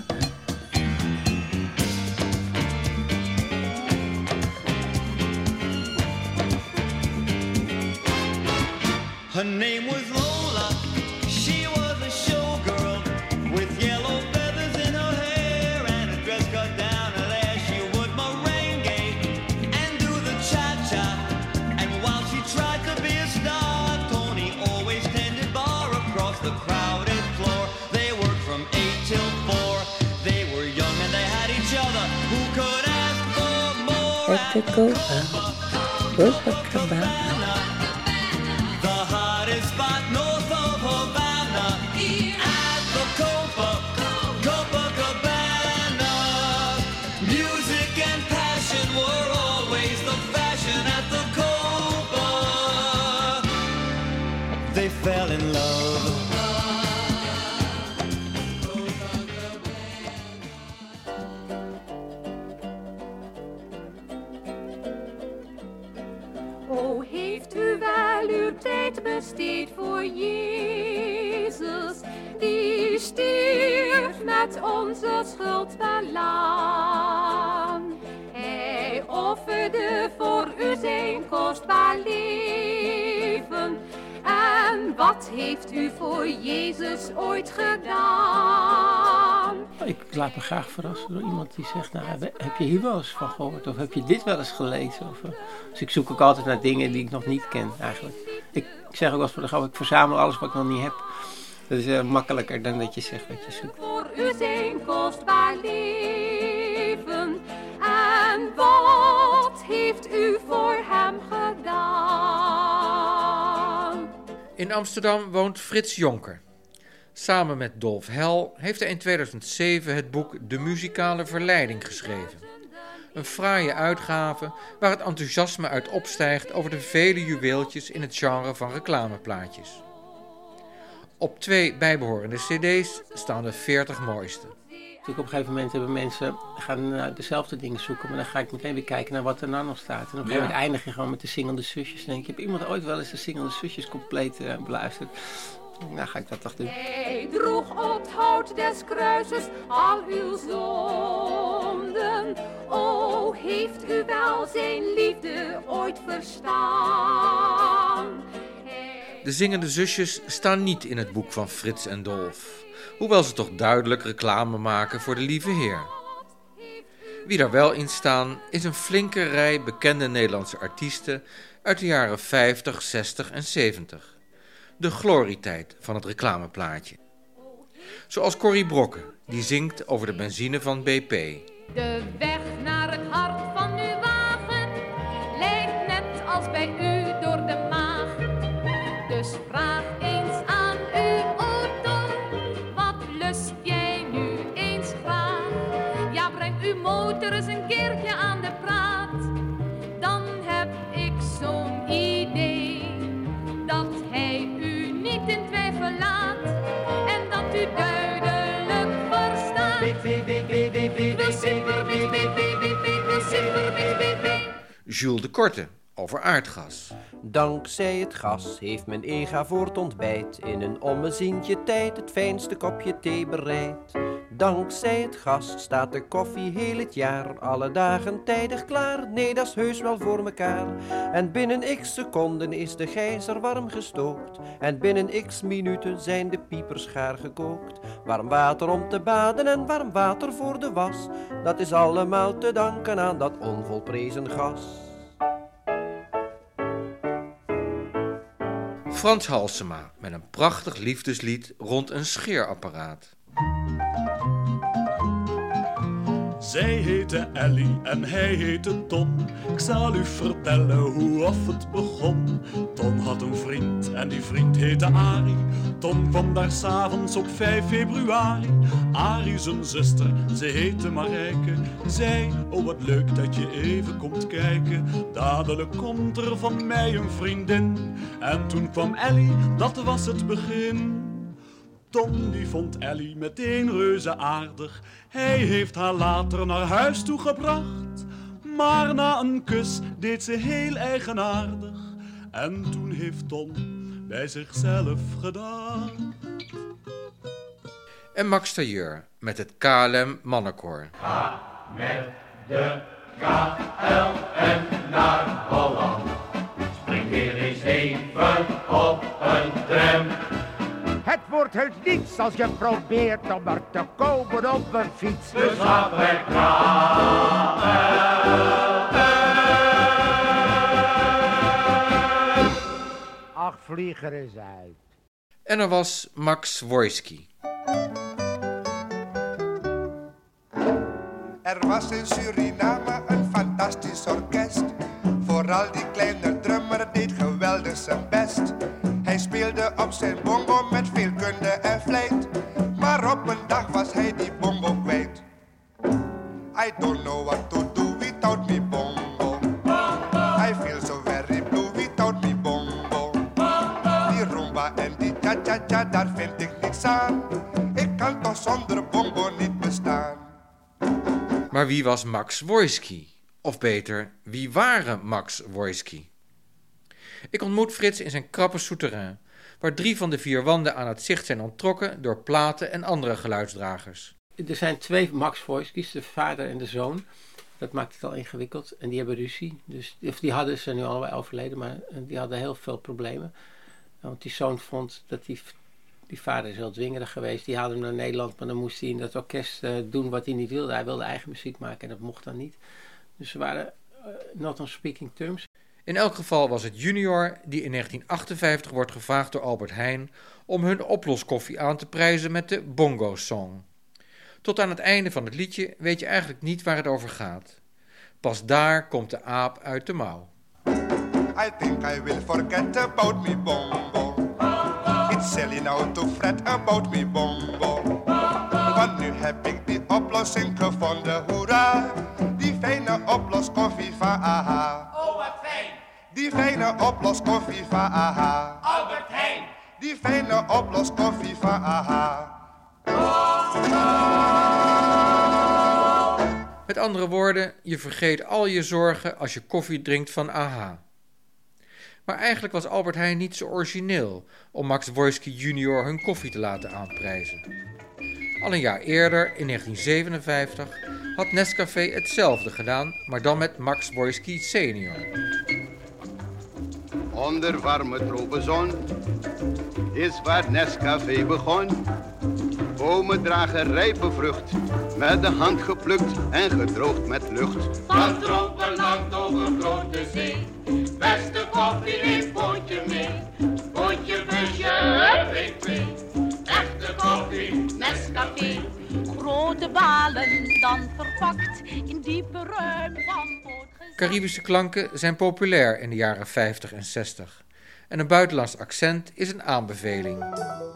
S8: Her name was Lola, she was a showgirl with yellow feathers in her hair and a dress cut down her there. She would merengue and do the cha-cha, and while she tried to be a star, Tony always tended bar across the crowded floor. They worked from eight till four, they were young and they had each other, who could ask for more?
S3: At the Copa, Copacabana.
S8: Spot north of Havana, at the Copa, Copacabana. Music and passion were always the fashion at the Copa. They fell in love.
S10: O, heeft u wel uw tijd besteed voor Jezus, die stierf met onze schuld belaan. Hij offerde voor u zijn kostbaar leven. En wat heeft u voor Jezus ooit gedaan?
S11: Ik laat me graag verrassen door iemand die zegt, nou, heb je hier wel eens van gehoord? Of heb je dit wel eens gelezen? Of, uh, dus ik zoek ook altijd naar dingen die ik nog niet ken, eigenlijk. Ik, ik zeg ook wel eens voor de grap, ik verzamel alles wat ik nog niet heb. Dat is uh, makkelijker dan dat je zegt wat je zoekt.
S10: Voor u zijn kostbaar leven. En wat heeft u voor hem gedaan?
S1: In Amsterdam woont Frits Jonker. Samen met Dolf Hel heeft hij in tweeduizend zeven het boek De Muzikale Verleiding geschreven. Een fraaie uitgave waar het enthousiasme uit opstijgt over de vele juweeltjes in het genre van reclameplaatjes. Op twee bijbehorende cd's staan de veertig mooiste.
S11: Op een gegeven moment hebben mensen gaan uh, dezelfde dingen zoeken, maar dan ga ik meteen weer kijken naar wat er nou nog staat. En op een gegeven moment eindig je gewoon met de Singende Zusjes. En denk ik, heb iemand ooit wel eens de Singende Zusjes compleet uh, beluisterd? Nou, ga ik dat toch doen.
S10: Hij droeg op het hout des kruises al uw zonden. O, heeft u wel zijn liefde ooit verstaan?
S1: De Zingende Zusjes staan niet in het boek van Frits en Dolf, hoewel ze toch duidelijk reclame maken voor de lieve Heer. Wie daar wel in staan is een flinke rij bekende Nederlandse artiesten uit de jaren vijftig, zestig en zeventig. De glorietijd van het reclameplaatje. Zoals Corrie Brokken, die zingt over de benzine van B P.
S10: De weg naar het hart van uw wagen leidt net als bij u door de maag. Dus vraag eens aan uw auto, wat lust jij nu eens graag? Ja, breng uw motor eens een keertje aan de praat. Dan heb ik zo'n idee dat hij u niet in twijfel laat en dat u duidelijk verstaat. De supermix, de supermix.
S1: Jules de Korte over aardgas.
S12: Dankzij het gas heeft men ega voor het ontbijt in een ommezientje tijd het fijnste kopje thee bereid. Dankzij het gas staat de koffie heel het jaar, alle dagen tijdig klaar, nee dat is heus wel voor mekaar. En binnen x seconden is de gijzer warm gestookt, en binnen x minuten zijn de piepers gaar gekookt. Warm water om te baden en warm water voor de was, dat is allemaal te danken aan dat onvolprezen gas.
S1: Frans Halsema met een prachtig liefdeslied rond een scheerapparaat.
S13: Zij heette Ellie en hij heette Ton. Ik zal u vertellen hoe of het begon. Ton had een vriend en die vriend heette Arie. Ton kwam daar s'avonds op vijf februari. Arie zijn zuster, ze heette Marijke, zei, oh wat leuk dat je even komt kijken. Dadelijk komt er van mij een vriendin. En toen kwam Ellie, dat was het begin. Ton die vond Ellie meteen reuze aardig. Hij heeft haar later naar huis toe gebracht. Maar na een kus deed ze heel eigenaardig. En toen heeft Ton bij zichzelf gedacht.
S1: En Max Tailleur met het K L M Mannenkoor.
S14: Ga met de K L M naar Holland. Spring weer eens even op een tram.
S15: Het wordt heus niets als je probeert om er te komen op een fiets.
S14: Dus laat wij K L M.
S15: Ach, vlieg er eens uit.
S1: En er was Max Wojski.
S16: Er was in Suriname een fantastisch orkest. Vooral die kleine drummer deed geweldig zijn best. Hij speelde op zijn bongo met veel kunde en vlijt. Maar op een dag was hij die bongo kwijt. I don't know what to do without me bongo. I feel so very blue without me bongo. Die rumba en die cha-cha-cha, daar vind ik niets aan. Ik kan toch zonder bongo niet bestaan.
S1: Maar wie was Max Wojski? Of beter, wie waren Max Wojski? Ik ontmoet Frits in zijn krappe souterrain, waar drie van de vier wanden aan het zicht zijn onttrokken door platen en andere geluidsdragers.
S11: Er zijn twee Max Wojski's, de vader en de zoon. Dat maakt het al ingewikkeld en die hebben ruzie. Dus, of die hadden ze nu allebei overleden, maar die hadden heel veel problemen. Want die zoon vond dat die, die vader is heel dwingerig geweest. Die haalde hem naar Nederland, maar dan moest hij in dat orkest uh, doen wat hij niet wilde. Hij wilde eigen muziek maken en dat mocht dan niet. Dus ze waren uh, not on speaking terms.
S1: In elk geval was het Junior die in negentien achtenvijftig wordt gevraagd door Albert Heijn om hun oploskoffie aan te prijzen met de Bongo Song. Tot aan het einde van het liedje weet je eigenlijk niet waar het over gaat. Pas daar komt de aap uit de mouw.
S16: I think I will forget about me bongo. It's silly now to fret about me bongo. Want nu heb ik die oplossing gevonden, hoera. Die fijne oploskoffie van AHA.
S14: Oh, wat fijn.
S16: Die fijne oploskoffie van AHA.
S14: Albert Heijn.
S16: Die fijne oploskoffie van AHA.
S1: Met andere woorden, je vergeet al je zorgen als je koffie drinkt van AHA. Maar eigenlijk was Albert Heijn niet zo origineel om Max Wojski junior hun koffie te laten aanprijzen. Al een jaar eerder, in negentien zevenenvijftig, had Nescafé hetzelfde gedaan, maar dan met Max Wojski senior.
S17: Onder warme tropenzon is waar Nescafé begon. Bomen dragen rijpe vrucht, met de hand geplukt en gedroogd met lucht.
S14: Van Tropenland over grote zee, beste koffie neemt Boontje mee. Boontje, busje, hup, ik twee. Echte koffie, Nescafé.
S18: Grote balen dan verpakt in diepe ruim van boord.
S1: Caribische klanken zijn populair in de jaren vijftig en zestig. En een buitenlands accent is een aanbeveling.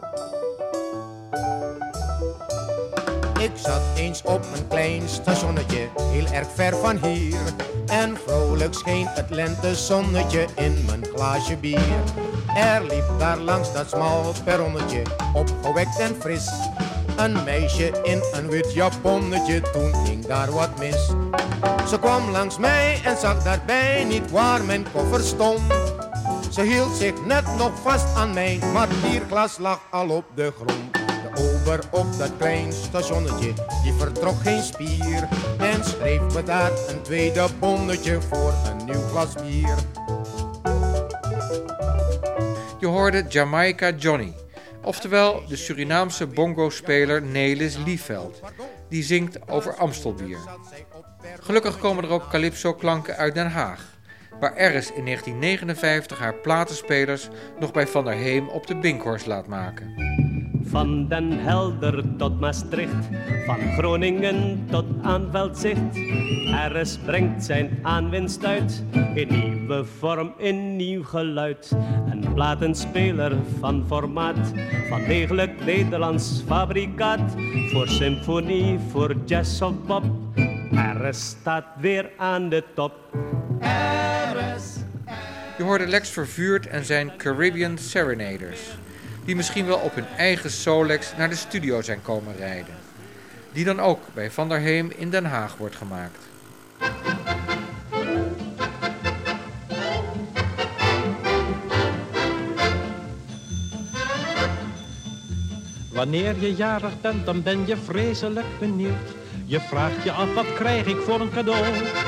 S19: Ik zat eens op een klein stationnetje, heel erg ver van hier. En vrolijk scheen het lentezonnetje in mijn glaasje bier. Er liep daar langs dat smal perronnetje, opgewekt en fris. Een meisje in een wit japonnetje, toen ging daar wat mis. Ze kwam langs mij en zag daarbij niet waar mijn koffer stond. Ze hield zich net nog vast aan mij, maar het bierglas lag al op de grond. De ober op dat klein stationnetje, die vertrok geen spier. En schreef me daar een tweede bonnetje voor een nieuw glas bier.
S1: Je hoorde Jamaica Johnny, oftewel de Surinaamse bongo-speler Nelis Liefeld, die zingt over Amstelbier. Gelukkig komen er ook calypso-klanken uit Den Haag, waar Eris in negentien negenenvijftig haar platenspelers nog bij Van der Heem op de Binkhorst laat maken.
S2: Van Den Helder tot Maastricht, van Groningen tot aan Veldzicht. Eris brengt zijn aanwinst uit, in nieuwe vorm, in nieuw geluid. Een platenspeler van formaat, van degelijk Nederlands fabrikaat. Voor symfonie, voor jazz of pop, Eris staat weer aan de top. Eris.
S1: Je hoorde Lex Vervuurt en zijn Caribbean Serenaders, die misschien wel op hun eigen Solex naar de studio zijn komen rijden. Die dan ook bij Van der Heem in Den Haag wordt gemaakt.
S20: Wanneer je jarig bent, dan ben je vreselijk benieuwd. Je vraagt je af, wat krijg ik voor een cadeau?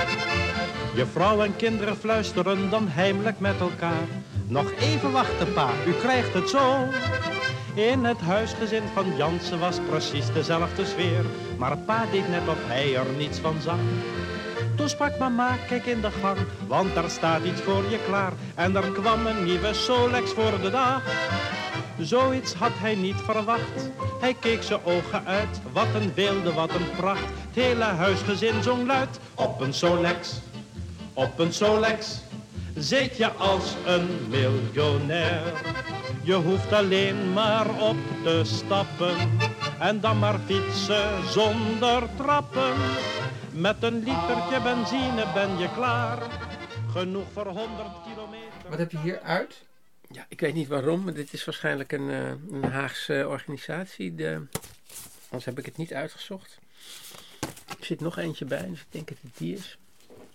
S20: Je vrouw en kinderen fluisteren dan heimelijk met elkaar. Nog even wachten, pa, u krijgt het zo. In het huisgezin van Jansen was precies dezelfde sfeer. Maar pa deed net of hij er niets van zag. Toen sprak mama, kijk in de gang, want daar staat iets voor je klaar. En er kwam een nieuwe Solex voor de dag. Zoiets had hij niet verwacht. Hij keek zijn ogen uit, wat een beelden, wat een pracht. Het hele huisgezin zong luid, op een Solex, op een Solex zit je als een miljonair. Je hoeft alleen maar op te stappen en dan maar fietsen zonder trappen. Met een litertje benzine ben je klaar, genoeg voor honderd kilometer.
S1: Wat heb je hier uit?
S11: Ja, ik weet niet waarom, maar dit is waarschijnlijk een, uh, een Haagse organisatie. De, anders heb ik het niet uitgezocht. Er zit nog eentje bij, dus ik denk dat het die is.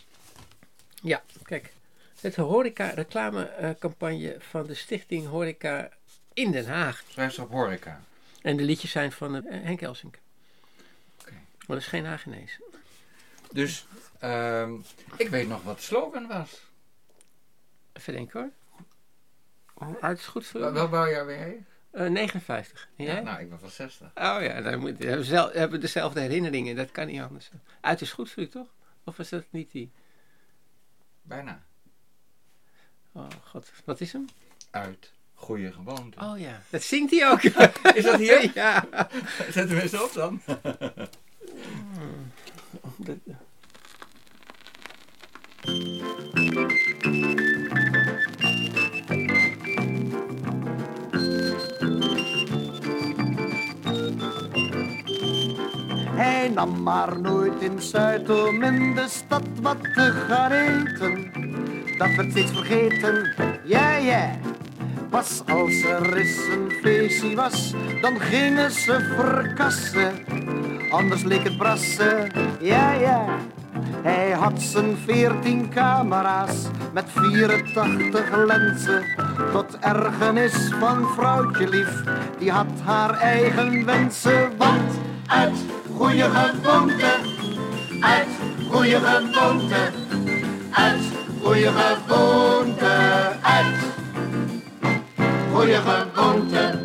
S11: Ja, kijk. Het horeca-reclamecampagne van de Stichting Horeca in Den Haag.
S1: Schrijf ze op horeca.
S11: En de liedjes zijn van uh, Henk Elsink.
S1: Okay.
S11: Maar dat is geen Hagenees.
S1: Dus, uh, ik weet nog wat de slogan was.
S11: Even denken hoor. Uit is goed voor
S1: Wel, wel bouwjaar weer heen?
S11: Uh, negenenvijftig. En jij?
S1: Ja, nou, ik ben van zestig.
S11: Oh ja, dan moet, we hebben, hebben dezelfde herinneringen. Dat kan niet anders. Uit is goed voor u, toch? Of was dat niet die?
S1: Bijna.
S11: Oh god, wat is hem?
S1: Uit. Goeie gewoonte.
S11: Oh ja, dat zingt hij ook.
S1: Is dat hier?
S11: Ja.
S1: Zet hem eens op dan.
S15: Hij
S21: nam maar nooit in Zuid om in de stad wat te gaan eten. Dat werd steeds vergeten, ja ja. Pas als er eens een feestje was, dan gingen ze verkassen. Anders leek het brassen, ja ja. Hij had zijn veertien camera's met vierentachtig lenzen. Tot ergernis van vrouwtje lief, die had haar eigen wensen. Want uit goede gewoonte, uit goede gewoonte, uit goede gewoonte, uit goede gewoonte.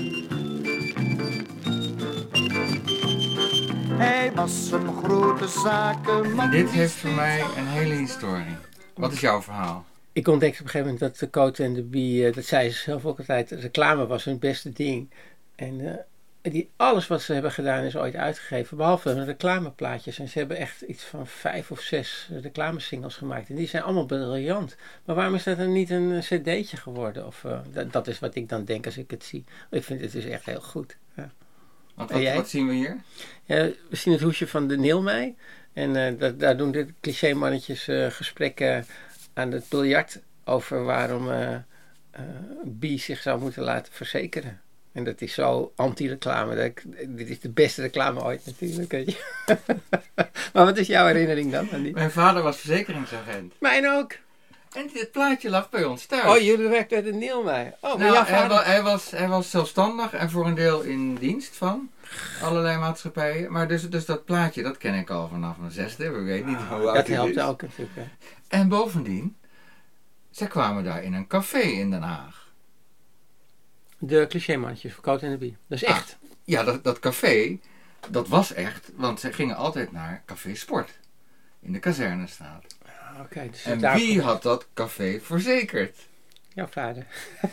S21: Hij was een grote zakenman.
S1: Dit heeft voor mij een hele historie. Wat is jouw verhaal?
S11: Ik ontdekte op een gegeven moment dat de Cote en de Bie, dat zei ze zelf ook altijd, reclame was hun beste ding. En uh, die, alles wat ze hebben gedaan is ooit uitgegeven, behalve hun reclameplaatjes. En ze hebben echt iets van vijf of zes reclamesingles gemaakt. En die zijn allemaal briljant. Maar waarom is dat dan niet een cd'tje geworden? Of, uh, dat, dat is wat ik dan denk als ik het zie. Ik vind het dus echt heel goed. Ja.
S1: Wat, wat, wat zien we hier?
S11: Ja, we zien het hoesje van de Neelmei. En uh, dat, daar doen de clichémannetjes uh, gesprekken aan het biljart over waarom uh, uh, Bie zich zou moeten laten verzekeren. En dat is zo anti-reclame. Dat ik, dit is de beste reclame ooit natuurlijk. Weet je. Maar wat is jouw herinnering dan aan die?
S1: Mijn vader was verzekeringsagent.
S11: Mijn ook.
S1: En dit plaatje lag bij ons thuis.
S11: Oh, jullie werkten bij de Neelmei. Oh, maar
S1: nou,
S11: jouw vader...
S1: hij, hij, was, hij was zelfstandig en voor een deel in dienst van allerlei maatschappijen. Maar dus, dus dat plaatje, dat ken ik al vanaf mijn zesde. We weten niet hoe oud
S11: dat
S1: het
S11: helpt
S1: is.
S11: ook natuurlijk. Hè.
S1: En bovendien, zij kwamen daar in een café in Den Haag.
S11: De clichémannetjes voor Cote en de Bie. Dat is echt.
S1: Ah, ja, dat, dat café, dat was echt. Want zij gingen altijd naar Café Sport. In de Kazernestraat.
S11: Ah, okay, dus
S1: en
S11: daarvoor...
S1: wie had dat café verzekerd?
S11: Jouw vader.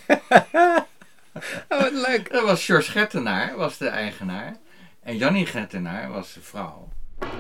S11: Oh, wat leuk.
S1: Dat was George Gettenaar, was de eigenaar. En Jannie Gettenaar was de vrouw.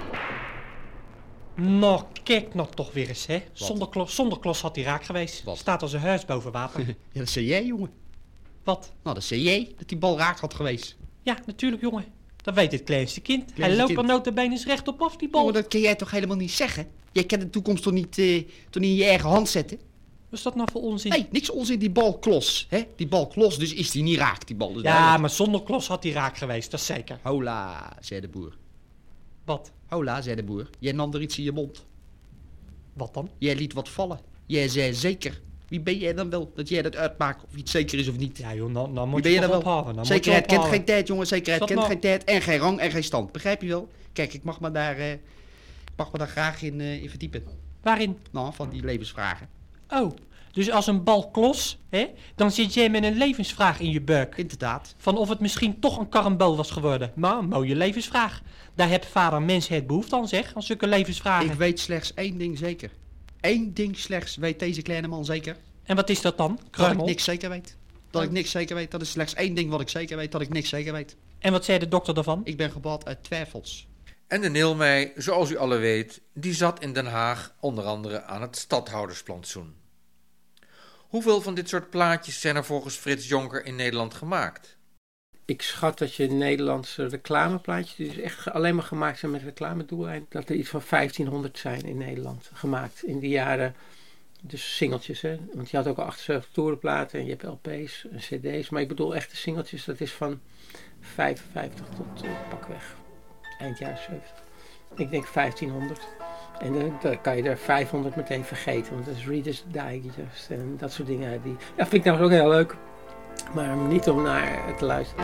S22: Nou, kijk nou toch weer eens, hè. Zonder klos, zonder klos had hij raak geweest. Wat? Staat als een huis boven water.
S23: Ja, dat zei jij, jongen.
S22: Wat?
S23: Nou, dat zei jij, dat die bal raak had geweest.
S22: Ja, natuurlijk, jongen. Dat weet het kleinste kind.
S23: Kleinste
S22: hij loopt
S23: kind.
S22: er notabene eens rechtop af, die bal.
S23: Oh, dat kan jij toch helemaal niet zeggen? Jij kan de toekomst toch niet, uh, toch niet in je eigen hand zetten?
S22: Wat is dat nou voor onzin?
S23: Nee, niks onzin, die bal klos. Hè? Die bal klos, dus is die niet raak, die bal. Dus
S22: ja,
S23: duidelijk.
S22: maar zonder klos had hij raak geweest, dat is zeker.
S23: Hola, zei de boer.
S22: Wat?
S23: Hola, zei de boer. Jij nam er iets in je mond.
S22: Wat dan?
S23: Jij liet wat vallen. Jij zei zeker. Wie ben jij dan wel, dat jij dat uitmaakt of iets zeker is of niet?
S22: Ja joh, dan, dan moet
S23: Wie ben
S22: je,
S23: je
S22: toch
S23: dan wel?
S22: ophouden. Dan
S23: Zekerheid
S22: moet je
S23: kent geen tijd, jongen. Zekerheid
S22: Is dat
S23: kent
S22: nou?
S23: geen tijd en geen rang en geen stand. Begrijp je wel? Kijk, ik mag me daar, uh, mag me daar graag in, uh, in verdiepen.
S22: Waarin?
S23: Nou, van die levensvragen.
S22: Oh, dus als een bal klos, hè, dan zit jij met een levensvraag in je buik.
S23: Inderdaad.
S22: Van of het misschien toch een karambool was geworden. Maar een mooie levensvraag. Daar heeft vader mensheid behoefte aan, zeg, aan zulke levensvragen.
S23: Ik weet slechts één ding zeker. Eén ding slechts weet deze kleine man zeker.
S22: En wat is dat dan?
S23: Dat ik
S22: Kruimel?
S23: niks zeker weet. Dat ik niks zeker weet. Dat is slechts één ding wat ik zeker weet. Dat ik niks zeker weet.
S22: En wat zei de dokter daarvan?
S23: Ik ben gebouwd uit twijfels.
S1: En de Neelmei, zoals u alle weet, die zat in Den Haag onder andere aan het stadhoudersplantsoen. Hoeveel van dit soort plaatjes zijn er volgens Frits Jonker in Nederland gemaakt?
S11: Ik schat dat je Nederlandse reclameplaatjes, die dus echt alleen maar gemaakt zijn met reclamedoeleind, dat er iets van vijftienhonderd zijn in Nederland gemaakt in die jaren. Dus singeltjes, hè. Want je had ook al achtenzeventig toerenplaten en je hebt L P's en cd's. Maar ik bedoel echte singeltjes, dat is van vijfenvijftig tot uh, pakweg eind jaren zeventig. Ik denk vijftienhonderd. En uh, dan kan je er vijfhonderd meteen vergeten, want dat is Reader's Digest en dat soort dingen. Die, ja, vind ik nou ook heel leuk. Maar niet om naar te luisteren.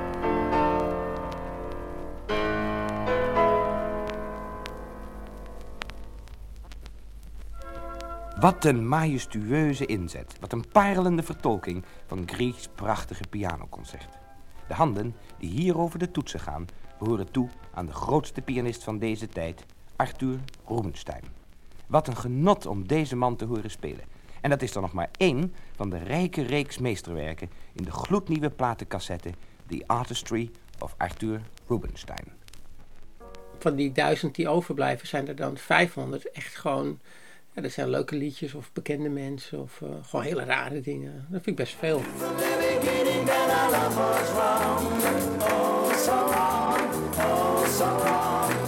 S24: Wat een majestueuze inzet. Wat een parelende vertolking van Griegs prachtige pianoconcert. De handen die hier over de toetsen gaan, behoren toe aan de grootste pianist van deze tijd, Arthur Rubinstein. Wat een genot om deze man te horen spelen. En dat is dan nog maar één van de rijke reeks meesterwerken in de gloednieuwe platencassette The Artistry of Arthur Rubinstein.
S11: Van die duizend die overblijven zijn er dan vijfhonderd echt gewoon, ja, dat zijn leuke liedjes of bekende mensen of uh, gewoon hele rare dingen. Dat vind ik best veel.
S14: Oh, so wrong, oh, so wrong.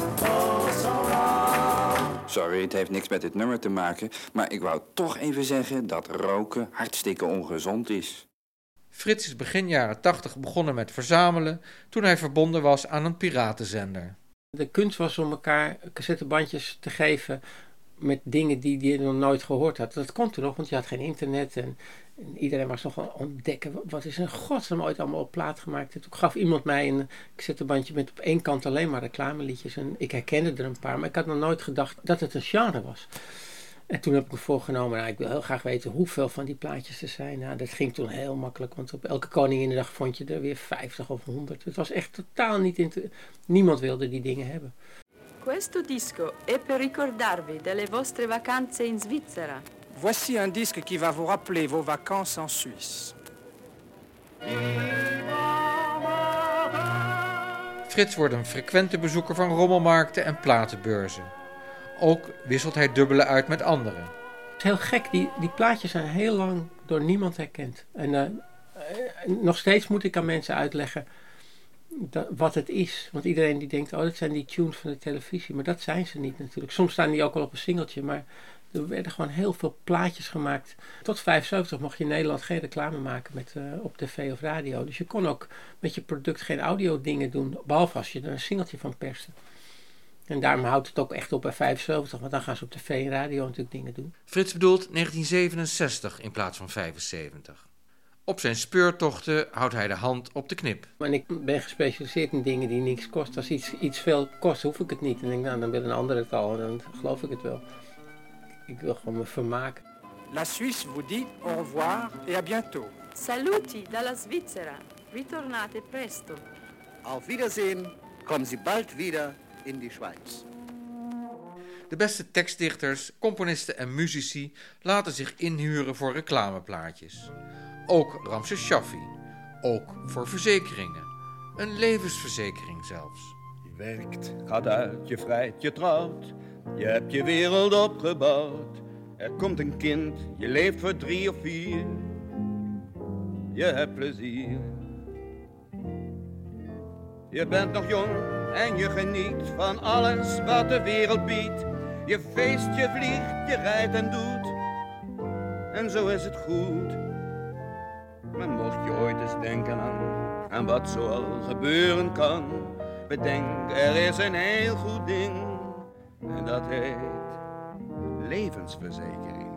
S4: Sorry, het heeft niks met dit nummer te maken, maar ik wou toch even zeggen dat roken hartstikke ongezond is.
S1: Frits is begin jaren tachtig begonnen met verzamelen toen hij verbonden was aan een piratenzender.
S11: De kunst was om elkaar cassettebandjes te geven met dingen die je nog nooit gehoord had. Dat kon toen nog, want je had geen internet en, en iedereen was nog aan ontdekken. Wat is in godsnaam ooit allemaal op plaat gemaakt? En toen gaf iemand mij een cassettebandje met op één kant alleen maar reclameliedjes. En ik herkende er een paar, maar ik had nog nooit gedacht dat het een genre was. En toen heb ik me voorgenomen, nou, ik wil heel graag weten hoeveel van die plaatjes er zijn. Nou, dat ging toen heel makkelijk, want op elke Koninginnedag vond je er weer vijftig of honderd. Het was echt totaal niet... Inter- Niemand wilde die dingen hebben.
S5: Questo disco è per ricordarvi delle vostre vacanze in Svizzera.
S6: Voici un disque qui va vous rappeler vos vacances en Suisse.
S1: Frits wordt een frequente bezoeker van rommelmarkten en platenbeurzen. Ook wisselt hij dubbelen uit met anderen.
S11: Het is heel gek, die, die plaatjes zijn heel lang door niemand herkend. En uh, uh, nog steeds moet ik aan mensen uitleggen dat, wat het is. Want iedereen die denkt, oh dat zijn die tunes van de televisie. Maar dat zijn ze niet natuurlijk. Soms staan die ook wel op een singeltje, maar er werden gewoon heel veel plaatjes gemaakt. Tot vijfenzeventig mocht je in Nederland geen reclame maken met, uh, op tv of radio. Dus je kon ook met je product geen audio dingen doen, behalve als je er een singeltje van perste. En daarom houdt het ook echt op bij vijfenzeventig, want dan gaan ze op tv en radio natuurlijk dingen doen.
S1: Frits bedoelt negentien zevenenzestig in plaats van vijfenzeventig. Op zijn speurtochten houdt hij de hand op de knip.
S11: En ik ben gespecialiseerd in dingen die niks kosten. Als iets, iets veel kost, hoef ik het niet. En denk, nou, dan wil een ander het al en dan geloof ik het wel. Ik wil gewoon me vermaken.
S6: La Suisse vous dit au revoir et à bientôt.
S5: Saluti dalla Svizzera. Ritornate presto.
S7: Auf Wiedersehen, kommen Sie bald wieder in die Schweiz.
S1: De beste tekstdichters, componisten en muzici laten zich inhuren voor reclameplaatjes. Ook Ramses Shaffi. Ook voor verzekeringen. Een levensverzekering zelfs.
S25: Je werkt, gaat uit, je vrijt, je trouwt. Je hebt je wereld opgebouwd. Er komt een kind, je leeft voor drie of vier. Je hebt plezier. Je bent nog jong en je geniet van alles wat de wereld biedt. Je feest, je vliegt, je rijdt en doet. En zo is het goed. Maar mocht je ooit eens denken aan, aan wat zoal gebeuren kan. Bedenk, er is een heel goed ding. En dat heet levensverzekering.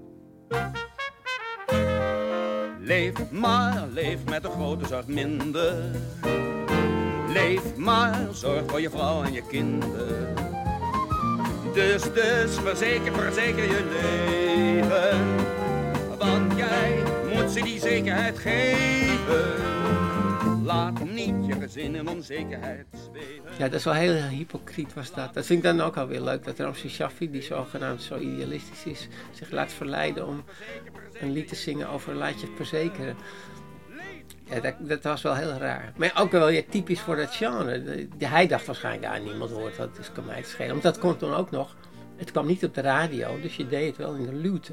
S25: Leef maar, leef met een grote zorg minder. Leef maar, zorg voor je vrouw en je kinderen. Dus, dus, verzeker, verzeker je leven. Want jij moet ze die zekerheid geven. Laat niet je gezin in onzekerheid zweven.
S11: Ja, dat is wel heel, heel hypocriet was dat. Dat vind ik dan ook alweer leuk. Dat Ramses Shaffi, die zogenaamd zo idealistisch is, zich laat verleiden om een lied te zingen over laat je verzekeren. Ja, dat, dat was wel heel raar. Maar ook wel weer typisch voor dat genre. De, de, hij dacht waarschijnlijk, ja, niemand hoort dat, dus kan mij het schelen. Want dat kon toen ook nog. Het kwam niet op de radio, dus je deed het wel in de luwte.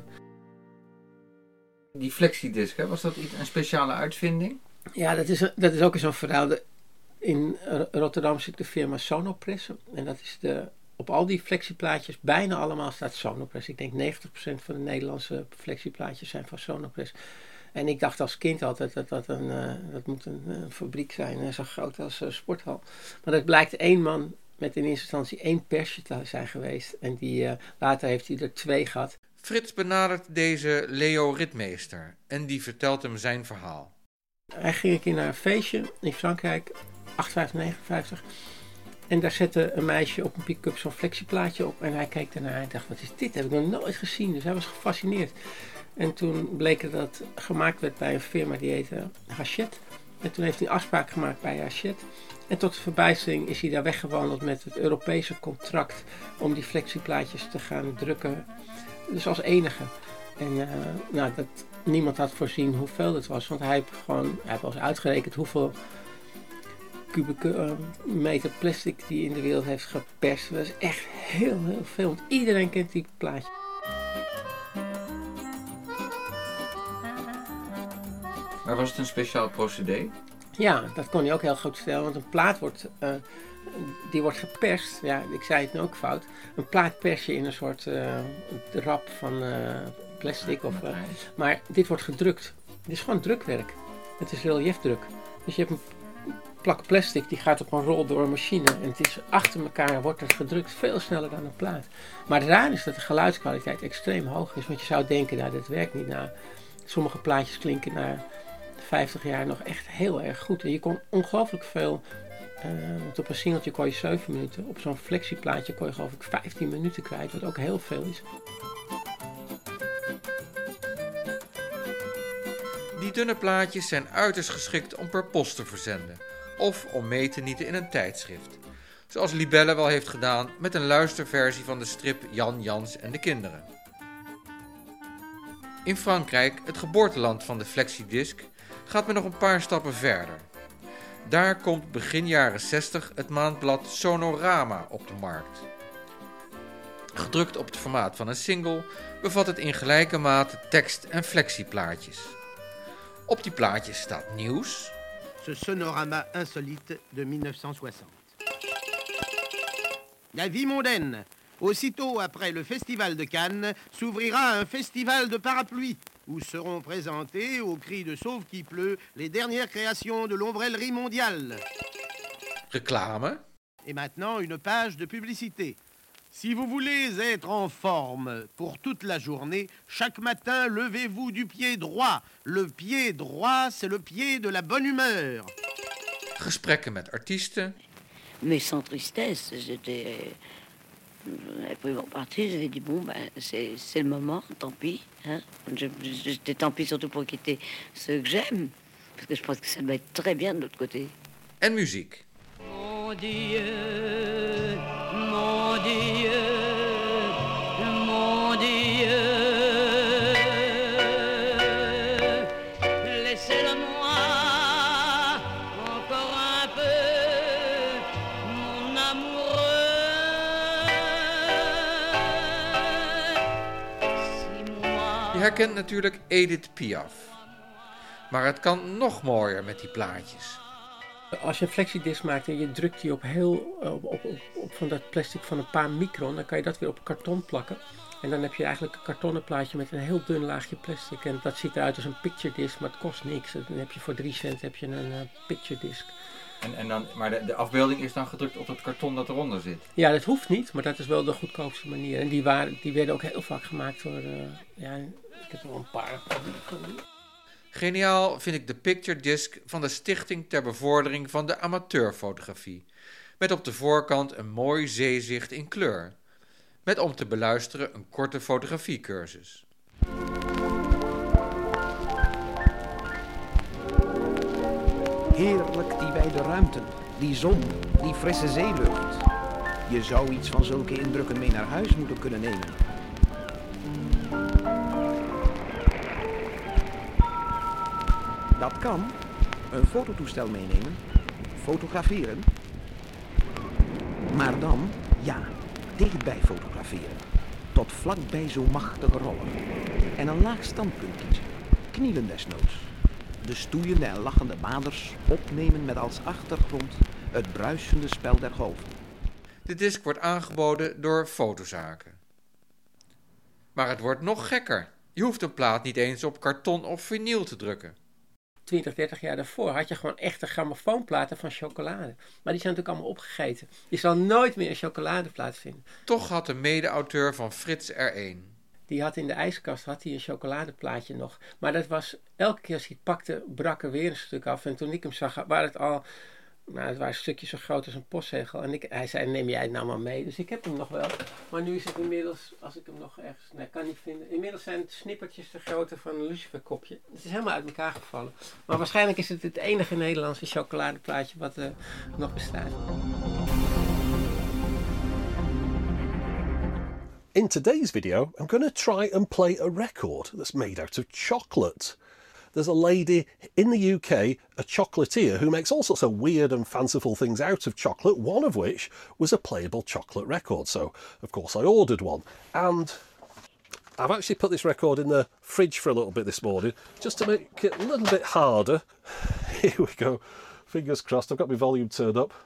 S1: Die flexidisc, hè? Was dat een speciale uitvinding?
S11: Ja, dat is, dat is ook zo'n verhaal. De, in Rotterdam zit de firma Sonopress. En dat is de, op al die flexieplaatjes, bijna allemaal staat Sonopress. Ik denk negentig procent van de Nederlandse flexieplaatjes zijn van Sonopress. En ik dacht als kind altijd dat dat, een, uh, dat moet een, een fabriek zijn, uh, zo groot als een uh, sporthal. Maar dat blijkt één man met in eerste instantie één persje te zijn geweest. En die, uh, later heeft hij er twee gehad.
S1: Frits benadert deze Leo Ritmeester en die vertelt hem zijn verhaal.
S11: Hij ging een keer naar een feestje in Frankrijk, achtenvijftig, negenenvijftig. En daar zette een meisje op een pick-up zo'n flexieplaatje op. En hij keek daarnaar en dacht, wat is dit? Dat heb ik nog nooit gezien. Dus hij was gefascineerd. En toen bleek dat het gemaakt werd bij een firma die heette Hachette. En toen heeft hij een afspraak gemaakt bij Hachette. En tot de verbijstering is hij daar weggewandeld met het Europese contract om die flexieplaatjes te gaan drukken. Dus als enige. En uh, nou, dat, niemand had voorzien hoeveel het was. Want hij heeft gewoon, hij heeft wel eens uitgerekend hoeveel kubieke uh, meter plastic die in de wereld heeft geperst. Dat is echt heel, heel veel. Want iedereen kent die plaatje.
S1: Maar was het een speciaal procedé?
S11: Ja, dat kon hij ook heel goed stellen. Want een plaat wordt uh, die wordt geperst. Ja, ik zei het nu ook fout. Een plaat pers je in een soort uh, rap van uh, plastic. Of, uh, maar dit wordt gedrukt. Het is gewoon drukwerk. Het is reliefdruk. Dus je hebt een plak plastic die gaat op een rol door een machine. En het is achter elkaar wordt het gedrukt veel sneller dan een plaat. Maar het raar is dat de geluidskwaliteit extreem hoog is. Want je zou denken, nou dit werkt niet. Nou, sommige plaatjes klinken na vijftig jaar nog echt heel erg goed. En je kon ongelooflijk veel... Uh, want op een singeltje kon je zeven minuten. Op zo'n flexieplaatje kon je geloof ik vijftien minuten kwijt. Wat ook heel veel is.
S1: Die dunne plaatjes zijn uiterst geschikt om per post te verzenden. Of om mee te nieten in een tijdschrift. Zoals Libelle wel heeft gedaan met een luisterversie van de strip Jan Jans en de kinderen. In Frankrijk, het geboorteland van de flexidisc, gaat men nog een paar stappen verder. Daar komt begin jaren zestig het maandblad Sonorama op de markt. Gedrukt op het formaat van een single bevat het in gelijke mate tekst- en flexieplaatjes. Op die plaatjes staat nieuws.
S7: Ce Sonorama insolite de mille neuf cent soixante. La vie mondaine. Aussitôt après le festival de Cannes, s'ouvrira un festival de parapluies, où seront présentées, au cri de Sauve qui pleut, les dernières créations de l'ombrellerie mondiale.
S1: Reclame.
S7: Et maintenant, une page de publicité. Si vous voulez être en forme pour toute la journée, chaque matin, levez-vous du pied droit. Le pied droit, c'est le pied de la bonne humeur.
S1: Gesprekken met artiesten.
S3: Mais sans tristesse, j'étais... J'avais pris mon parti, j'avais dit bon, ben, c'est, c'est le moment, tant pis. Hein. Je, j'étais tant pis surtout pour quitter ceux que j'aime, parce que je pense que ça doit être très bien de l'autre côté.
S1: En muziek.
S18: Mon Dieu, mon Dieu, mon Dieu, laissez-le-moi encore un peu, mon amoureux.
S1: Je herkent natuurlijk Edith Piaf. Maar het kan nog mooier met die plaatjes.
S11: Als je een flexiedisc maakt en je drukt die op heel op, op, op, op van dat plastic van een paar micron, dan kan je dat weer op karton plakken. En dan heb je eigenlijk een kartonnen plaatje met een heel dun laagje plastic. En dat ziet eruit als een picture disc, maar het kost niks. Dan heb je voor drie cent heb je een uh, picture disc.
S1: En, en dan, maar de, de afbeelding is dan gedrukt op het karton dat eronder zit?
S11: Ja, dat hoeft niet, maar dat is wel de goedkoopste manier. En die, waren, die werden ook heel vaak gemaakt door... Uh, ja, ik heb er wel een paar.
S1: Geniaal vind ik de picture disc van de Stichting ter Bevordering van de Amateurfotografie. Met op de voorkant een mooi zeezicht in kleur. Met om te beluisteren een korte fotografiecursus.
S8: Heerlijk die wijde ruimten, die zon, die frisse zeelucht. Je zou iets van zulke indrukken mee naar huis moeten kunnen nemen. Dat kan. Een fototoestel meenemen, fotograferen. Maar dan, ja, dichtbij fotograferen. Tot vlakbij zo'n machtige roller. En een laag standpunt kiezen. Knielen desnoods. De stoeiende en lachende maders opnemen met als achtergrond het bruisende spel der golven.
S1: De disc wordt aangeboden door fotozaken. Maar het wordt nog gekker. Je hoeft een plaat niet eens op karton of vinyl te drukken.
S11: twintig, dertig jaar daarvoor had je gewoon echte grammofoonplaten van chocolade. Maar die zijn natuurlijk allemaal opgegeten. Je zal nooit meer een chocoladeplaat vinden.
S1: Toch had de mede-auteur van Frits er één.
S11: Die had in de ijskast had hij een chocoladeplaatje nog. Maar dat was, elke keer als hij het pakte, brak er weer een stuk af. En toen ik hem zag, waren het al... Nou, het waren stukjes zo groot als een postzegel. En ik, hij zei, neem jij het nou maar mee. Dus ik heb hem nog wel. Maar nu is het inmiddels, als ik hem nog ergens... Nee, kan niet vinden. Inmiddels zijn het snippertjes de grootte van een luciferkopje. Het is helemaal uit elkaar gevallen. Maar waarschijnlijk is het het enige Nederlandse chocoladeplaatje wat uh, nog bestaat.
S9: In today's video, I'm going to try and play a record that's made out of chocolate. There's a lady in the U K, a chocolatier, who makes all sorts of weird and fanciful things out of chocolate, one of which was a playable chocolate record. So, of course, I ordered one. And I've actually put this record in the fridge for a little bit this morning, just to make it a little bit harder. Here we go. Fingers crossed. I've got my volume turned up.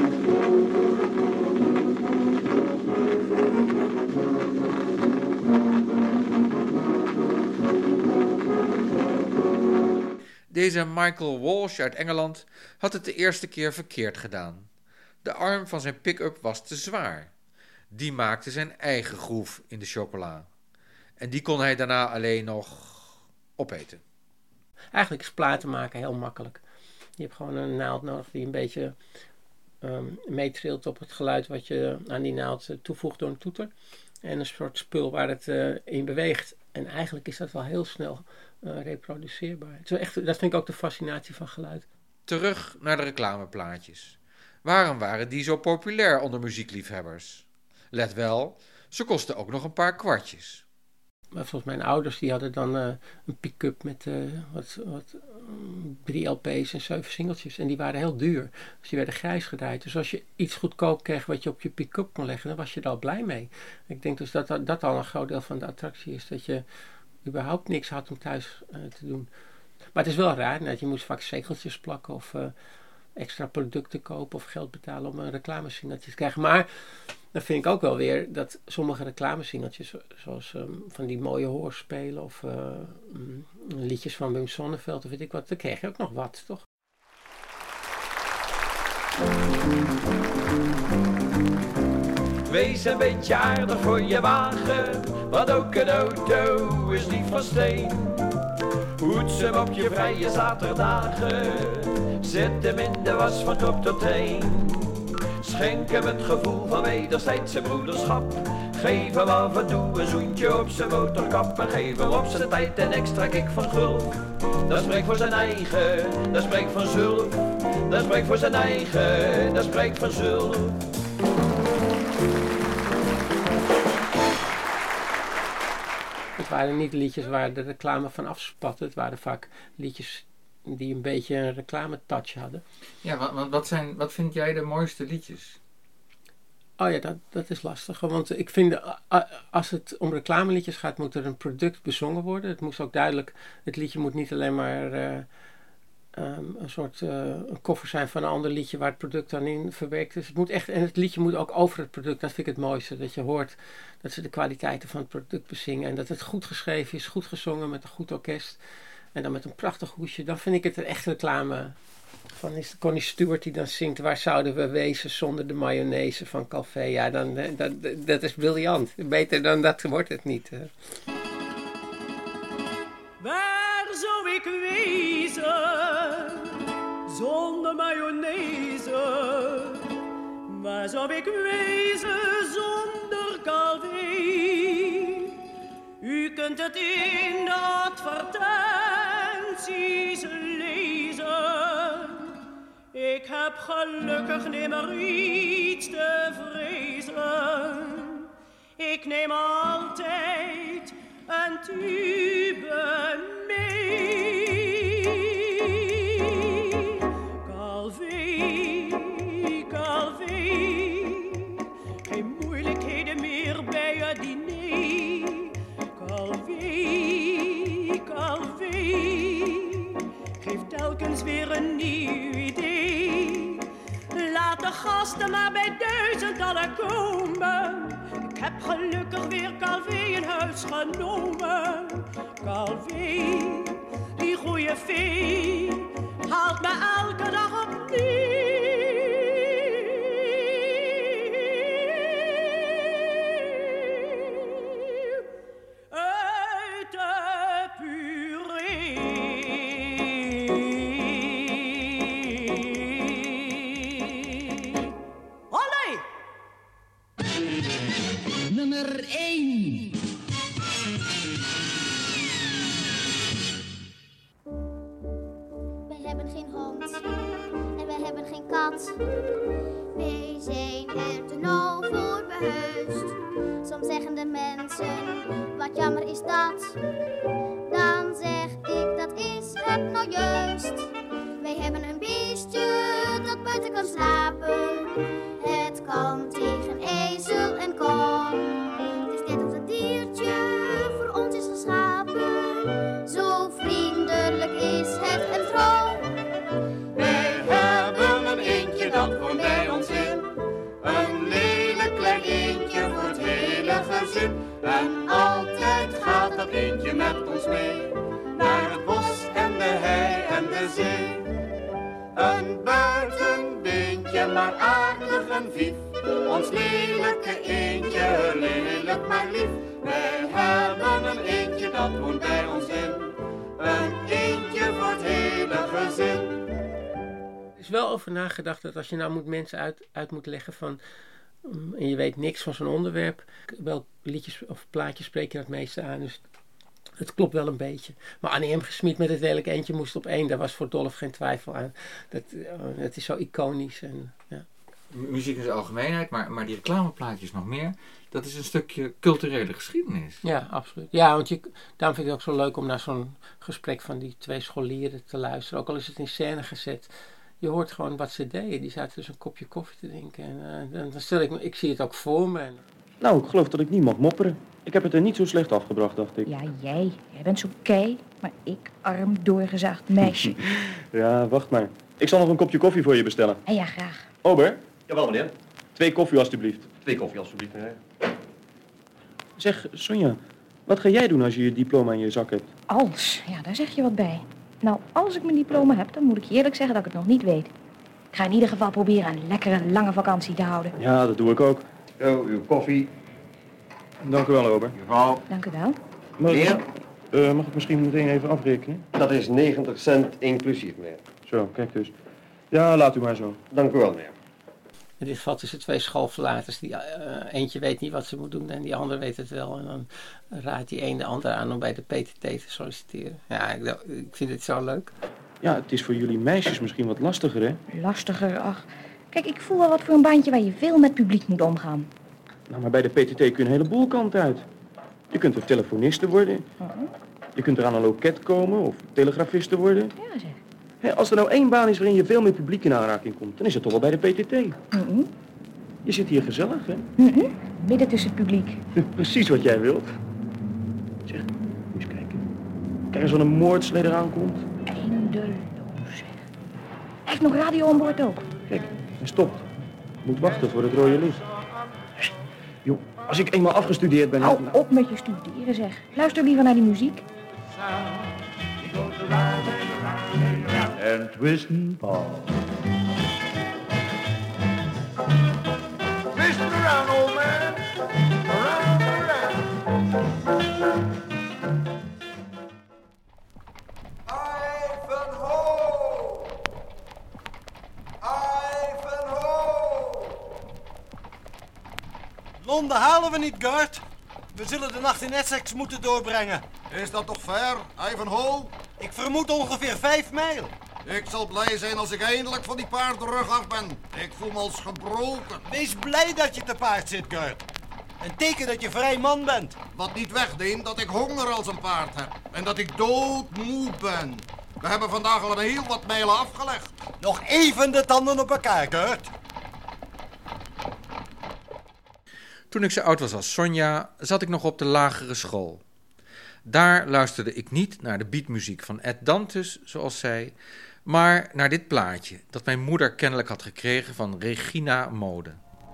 S1: Deze Michael Walsh uit Engeland had het de eerste keer verkeerd gedaan. De arm van zijn pick-up was te zwaar. Die maakte zijn eigen groef in de chocola. En die kon hij daarna alleen nog opeten.
S11: Eigenlijk is platen maken heel makkelijk. Je hebt gewoon een naald nodig die een beetje um, meetrilt op het geluid wat je aan die naald toevoegt door een toeter. En een soort spul waar het uh, in beweegt. En eigenlijk is dat wel heel snel uh, reproduceerbaar. Het is echt, dat vind ik ook de fascinatie van geluid.
S1: Terug naar de reclameplaatjes. Waarom waren die zo populair onder muziekliefhebbers? Let wel, ze kosten ook nog een paar kwartjes.
S11: Maar volgens mijn ouders die hadden dan uh, een pick-up met uh, wat, wat, um, drie L P's en zeven singeltjes. En die waren heel duur. Dus die werden grijs gedraaid. Dus als je iets goedkoop kreeg wat je op je pick-up kon leggen, dan was je er al blij mee. Ik denk dus dat dat, dat al een groot deel van de attractie is. Dat je überhaupt niks had om thuis uh, te doen. Maar het is wel raar. Dat je moest vaak zegeltjes plakken of uh, extra producten kopen of geld betalen om een reclamesingeltje te krijgen. Maar dan vind ik ook wel weer dat sommige reclamesingeltjes, zoals um, van die mooie hoorspelen of uh, um, liedjes van Wim Sonneveld of weet ik wat, dan kreeg je ook nog wat, toch?
S10: Wees een beetje aardig voor je wagen, want ook een auto is niet van steen. Poets hem op je vrije zaterdagen, zet hem in de was van top tot teen. Schenk hem het gevoel van wederzijdse broederschap. Geef hem af en toe een zoentje op zijn motorkap. En geef hem op zijn tijd een extra kick van schulp. Dat spreekt voor zijn eigen, dat spreekt van zulp. Dat spreekt voor zijn eigen, dat spreekt van zulp.
S11: Het waren niet liedjes waar de reclame van afspatte. Het waren vaak liedjes die een beetje een reclame-touch hadden.
S1: Ja, want wat, zijn, wat vind jij de mooiste liedjes?
S11: Oh ja, dat, dat is lastig. Want ik vind, als het om reclameliedjes gaat, moet er een product bezongen worden. Het moest ook duidelijk, het liedje moet niet alleen maar uh, um, een soort uh, een koffer zijn van een ander liedje waar het product dan in verwerkt is. Het moet echt, en het liedje moet ook over het product, dat vind ik het mooiste. Dat je hoort dat ze de kwaliteiten van het product bezingen en dat het goed geschreven is, goed gezongen met een goed orkest. En dan met een prachtig hoesje. Dan vind ik het een echte reclame. Van is het Connie Stewart die dan zingt. Waar zouden we wezen zonder de mayonaise van Calvé. Ja, dan, dat, dat is briljant. Beter dan dat wordt het niet. Hè.
S14: Waar zou ik wezen zonder mayonaise? Waar zou ik wezen zonder Calvé? U kunt het in de advertenties lezen. Ik heb gelukkig nimmer iets te vrezen. Ik neem altijd een tube mee. Calvé, Calvé, geen moeilijkheden meer bij het diner. Calvé, Calvé, geef telkens weer een nieuw idee. Laat de gasten maar bij duizendtallen komen. Ik heb gelukkig weer Calvé in huis genomen. Calvé, die goeie vee, haalt me elke dag opnieuw. Uit de puree. Olé!
S12: Nummer één.
S13: Wij hebben geen hond en wij hebben geen kat. Wij zijn er te nauw voor beheust. Soms zeggen de mensen, wat jammer is dat. Dan zeg ik, dat is het nou juist. Wij hebben een beestje dat buiten kan slapen. Het kan tegen ijzel en kom. Het is net als een diertje voor ons is geschapen. Zo vriendelijk is het en trouw. Wij hebben
S14: een vief, ons lelijke eendje, lelijk maar lief. Wij hebben een eendje, dat woont bij ons in. Een eendje voor het hele gezin.
S11: Er is wel over nagedacht dat als je nou moet mensen uit, uit moet leggen van... Um, en je weet niks van zo'n onderwerp. Welk liedjes of plaatjes spreek je het meeste aan. Dus het klopt wel een beetje. Maar Annie M. Gesmied met het lelijke eendje moest op één. Daar was voor Dolf geen twijfel aan. Dat, uh, het is zo iconisch. En, ja.
S1: Muziek in zijn algemeenheid, maar, maar die reclameplaatjes nog meer. Dat is een stukje culturele geschiedenis.
S11: Ja, absoluut. Ja, want je, daarom vind ik het ook zo leuk om naar zo'n gesprek van die twee scholieren te luisteren. Ook al is het in scène gezet. Je hoort gewoon wat ze deden. Die zaten dus een kopje koffie te drinken. En uh, dan, dan stel ik me, ik zie het ook voor me. En...
S2: Nou, ik geloof dat ik niet mag mopperen. Ik heb het er niet zo slecht afgebracht, dacht ik.
S16: Ja, jij. Jij bent zo kei, maar ik arm doorgezaagd meisje.
S2: Ja, wacht maar. Ik zal nog een kopje koffie voor je bestellen.
S16: En ja, graag.
S2: Ober?
S17: Jawel, meneer.
S2: Twee koffie, alstublieft.
S17: Twee koffie, alstublieft, meneer.
S2: Zeg, Sonja, wat ga jij doen als je je diploma in je zak hebt?
S16: Als? Ja, daar zeg je wat bij. Nou, als ik mijn diploma heb, dan moet ik je eerlijk zeggen dat ik het nog niet weet. Ik ga in ieder geval proberen een lekkere, lange vakantie te houden.
S2: Ja, dat doe ik ook.
S17: Zo, uw koffie.
S2: Dank u wel, Ober.
S17: Mevrouw.
S16: Dank u wel.
S2: Meneer? Uh, mag ik misschien meteen even afrekenen?
S17: Dat is negentig cent inclusief, meneer.
S2: Zo, kijk dus. Ja, laat u maar zo.
S17: Dank u wel, meneer.
S11: In dit geval tussen twee schoolverlaters. Die, uh, eentje weet niet wat ze moet doen en die ander weet het wel. En dan raadt die een de ander aan om bij de P T T te solliciteren. Ja, ik, ik vind het zo leuk.
S2: Ja, het is voor jullie meisjes misschien wat lastiger, hè?
S16: Lastiger, ach. Kijk, ik voel wel wat voor een baantje waar je veel met publiek moet omgaan.
S2: Nou, maar bij de P T T kun je een heleboel kanten uit. Je kunt er telefoniste worden. Uh-huh. Je kunt er aan een loket komen of telegrafiste worden.
S16: Ja, zeg.
S2: Hey, als er nou één baan is waarin je veel meer publiek in aanraking komt, dan is het toch wel bij de P T T.
S16: Uh-huh.
S2: Je zit hier gezellig, hè?
S16: Uh-huh. Midden tussen het publiek.
S2: Precies wat jij wilt. Zeg, moet eens kijken. Kijk eens wat een moordslee eraan komt.
S16: Eindeloos, zeg. Hij heeft nog radio aan boord ook.
S2: Kijk, hij stopt. Moet wachten voor het rode licht. Joh, als ik eenmaal afgestudeerd ben...
S16: Hou op met je studeren, zeg. Luister liever naar die muziek.
S14: And twist and fall. Twist around, old man. Around, around. Ivanhoe! Ivanhoe!
S19: Londen halen we niet, Gert. We zullen de nacht in Essex moeten doorbrengen.
S20: Is dat toch ver, Ivanhoe?
S19: Ik vermoed ongeveer vijf mijl.
S20: Ik zal blij zijn als ik eindelijk van die paardenrug af ben. Ik voel me als gebroken.
S19: Wees blij dat je te paard zit, Gert. Een teken dat je vrij man bent.
S20: Wat niet wegneemt dat ik honger als een paard heb. En dat ik doodmoe ben. We hebben vandaag al een heel wat mijlen afgelegd.
S19: Nog even de tanden op elkaar, Gert.
S1: Toen ik zo oud was als Sonja, zat ik nog op de lagere school. Daar luisterde ik niet naar de beatmuziek van Ed Dantus, zoals zij, maar naar dit plaatje, dat mijn moeder kennelijk had gekregen van Regina Mode.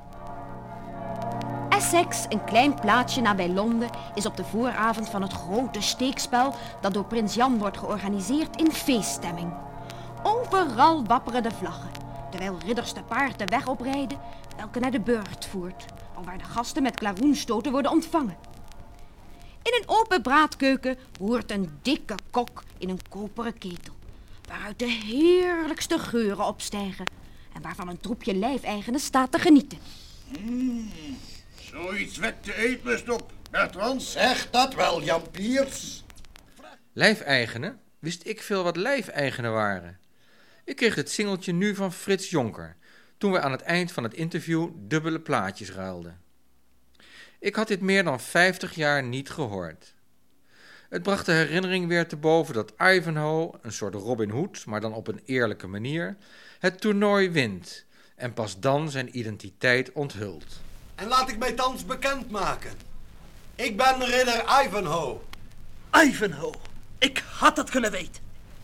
S26: Essex, een klein plaatsje nabij Londen, is op de vooravond van het grote steekspel dat door prins Jan wordt georganiseerd in feeststemming. Overal wapperen de vlaggen, terwijl ridders te paard de weg oprijden, welke naar de burcht voert, alwaar de gasten met klaroenstoten worden ontvangen. In een open braadkeuken roert een dikke kok in een koperen ketel, waaruit de heerlijkste geuren opstijgen en waarvan een troepje lijfeigenen staat te genieten.
S20: Mm, zoiets wekt de eetlust op. Bertrand, zeg dat wel, Jan Piers.
S1: Lijfeigenen? Wist ik veel wat lijfeigenen waren. Ik kreeg het singeltje nu van Frits Jonker, toen we aan het eind van het interview dubbele plaatjes ruilden. Ik had dit meer dan vijftig jaar niet gehoord. Het bracht de herinnering weer te boven dat Ivanhoe, een soort Robin Hood, maar dan op een eerlijke manier, het toernooi wint en pas dan zijn identiteit onthult.
S19: En laat ik mij thans bekendmaken. Ik ben ridder Ivanhoe.
S27: Ivanhoe, ik had het kunnen weten.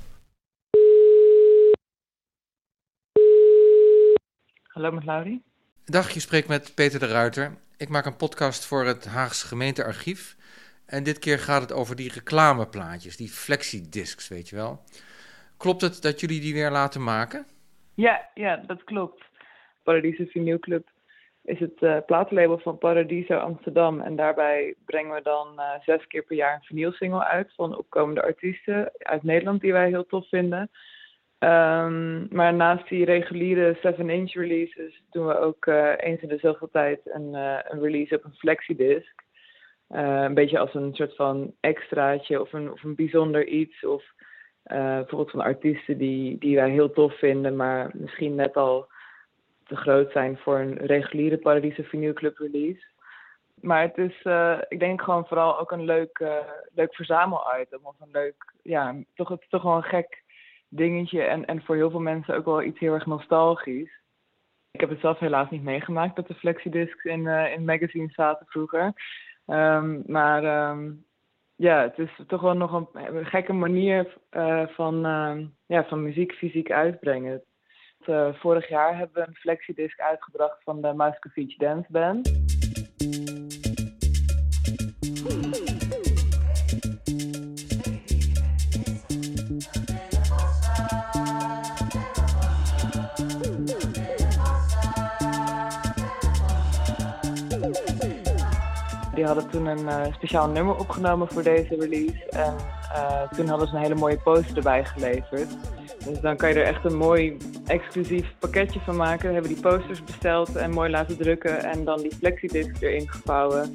S28: Hallo, met Laurie.
S1: Dag, je spreekt met Peter de Ruiter. Ik maak een podcast voor het Haagse gemeentearchief. En dit keer gaat het over die reclameplaatjes, die flexidiscs, weet je wel. Klopt het dat jullie die weer laten maken?
S28: Ja, ja, dat klopt. Paradiso Vinyl Club is het uh, platenlabel van Paradiso Amsterdam. En daarbij brengen we dan uh, zes keer per jaar een vinylsingle uit van opkomende artiesten uit Nederland die wij heel tof vinden. Um, maar naast die reguliere seven inch releases doen we ook uh, eens in de zoveel tijd een, uh, een release op een flexidisc. Uh, een beetje als een soort van extraatje of een, of een bijzonder iets. Of uh, bijvoorbeeld van artiesten die, die wij heel tof vinden, maar misschien net al te groot zijn voor een reguliere Paradiso Vinyl Club release. Maar het is, uh, ik denk gewoon vooral ook een leuk, uh, leuk verzamel-item. Of een leuk, ja, toch, het is toch wel een gek dingetje. En, en voor heel veel mensen ook wel iets heel erg nostalgisch. Ik heb het zelf helaas niet meegemaakt dat de flexidiscs in, uh, in magazines zaten vroeger. Um, maar um, ja, het is toch wel nog een, een gekke manier uh, van, uh, ja, van muziek fysiek uitbrengen. Uh, vorig jaar hebben we een flexidisc uitgebracht van de Moscovici Dance Band. Die hadden toen een uh, speciaal nummer opgenomen voor deze release. En uh, toen hadden ze een hele mooie poster erbij geleverd. Dus dan kan je er echt een mooi exclusief pakketje van maken. We hebben die posters besteld en mooi laten drukken. En dan die flexidisc erin gevouwen.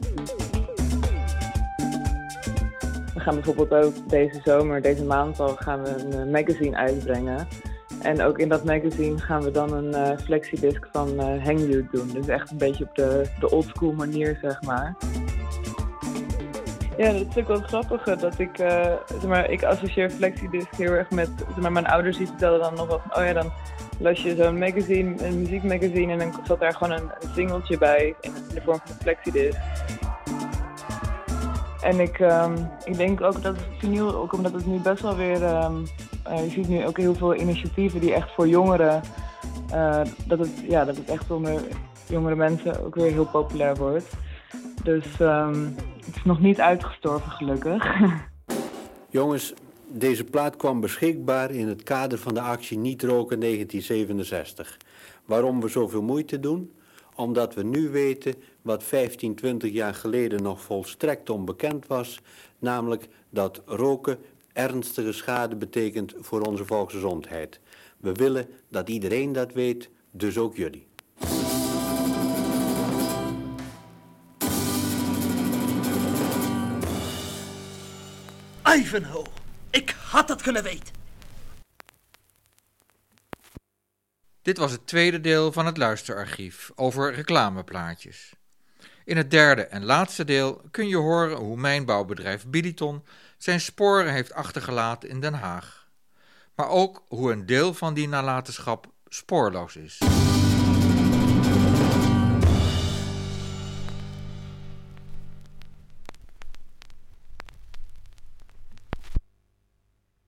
S28: We gaan bijvoorbeeld ook deze zomer, deze maand al, gaan we een uh, magazine uitbrengen. En ook in dat magazine gaan we dan een uh, flexidisc van uh, Hang You doen. Dus echt een beetje op de, de oldschool manier, zeg maar. Ja, dat is ook wel het grappige, dat ik, uh, zeg maar, ik associeer flexidisc heel erg met, zeg maar, mijn ouders die vertelden dan nog wel van, oh ja, dan las je zo'n magazine, een muziekmagazine en dan zat daar gewoon een, een singeltje bij in de vorm van een flexidisc. En ik, um, ik denk ook dat het vinyl, ook omdat het nu best wel weer, um, uh, je ziet nu ook heel veel initiatieven die echt voor jongeren, uh, dat, het, ja, dat het echt onder jongere mensen ook weer heel populair wordt. Dus um, het is nog niet uitgestorven, gelukkig.
S4: Jongens, deze plaat kwam beschikbaar in het kader van de actie Niet Roken negentien zevenenzestig. Waarom we zoveel moeite doen? Omdat we nu weten wat vijftien, twintig jaar geleden nog volstrekt onbekend was, namelijk dat roken ernstige schade betekent voor onze volksgezondheid. We willen dat iedereen dat weet, dus ook jullie.
S27: Ivanhoe, ik had het kunnen weten.
S1: Dit was het tweede deel van het luisterarchief over reclameplaatjes. In het derde en laatste deel kun je horen hoe mijnbouwbedrijf Biliton zijn sporen heeft achtergelaten in Den Haag. Maar ook hoe een deel van die nalatenschap spoorloos is.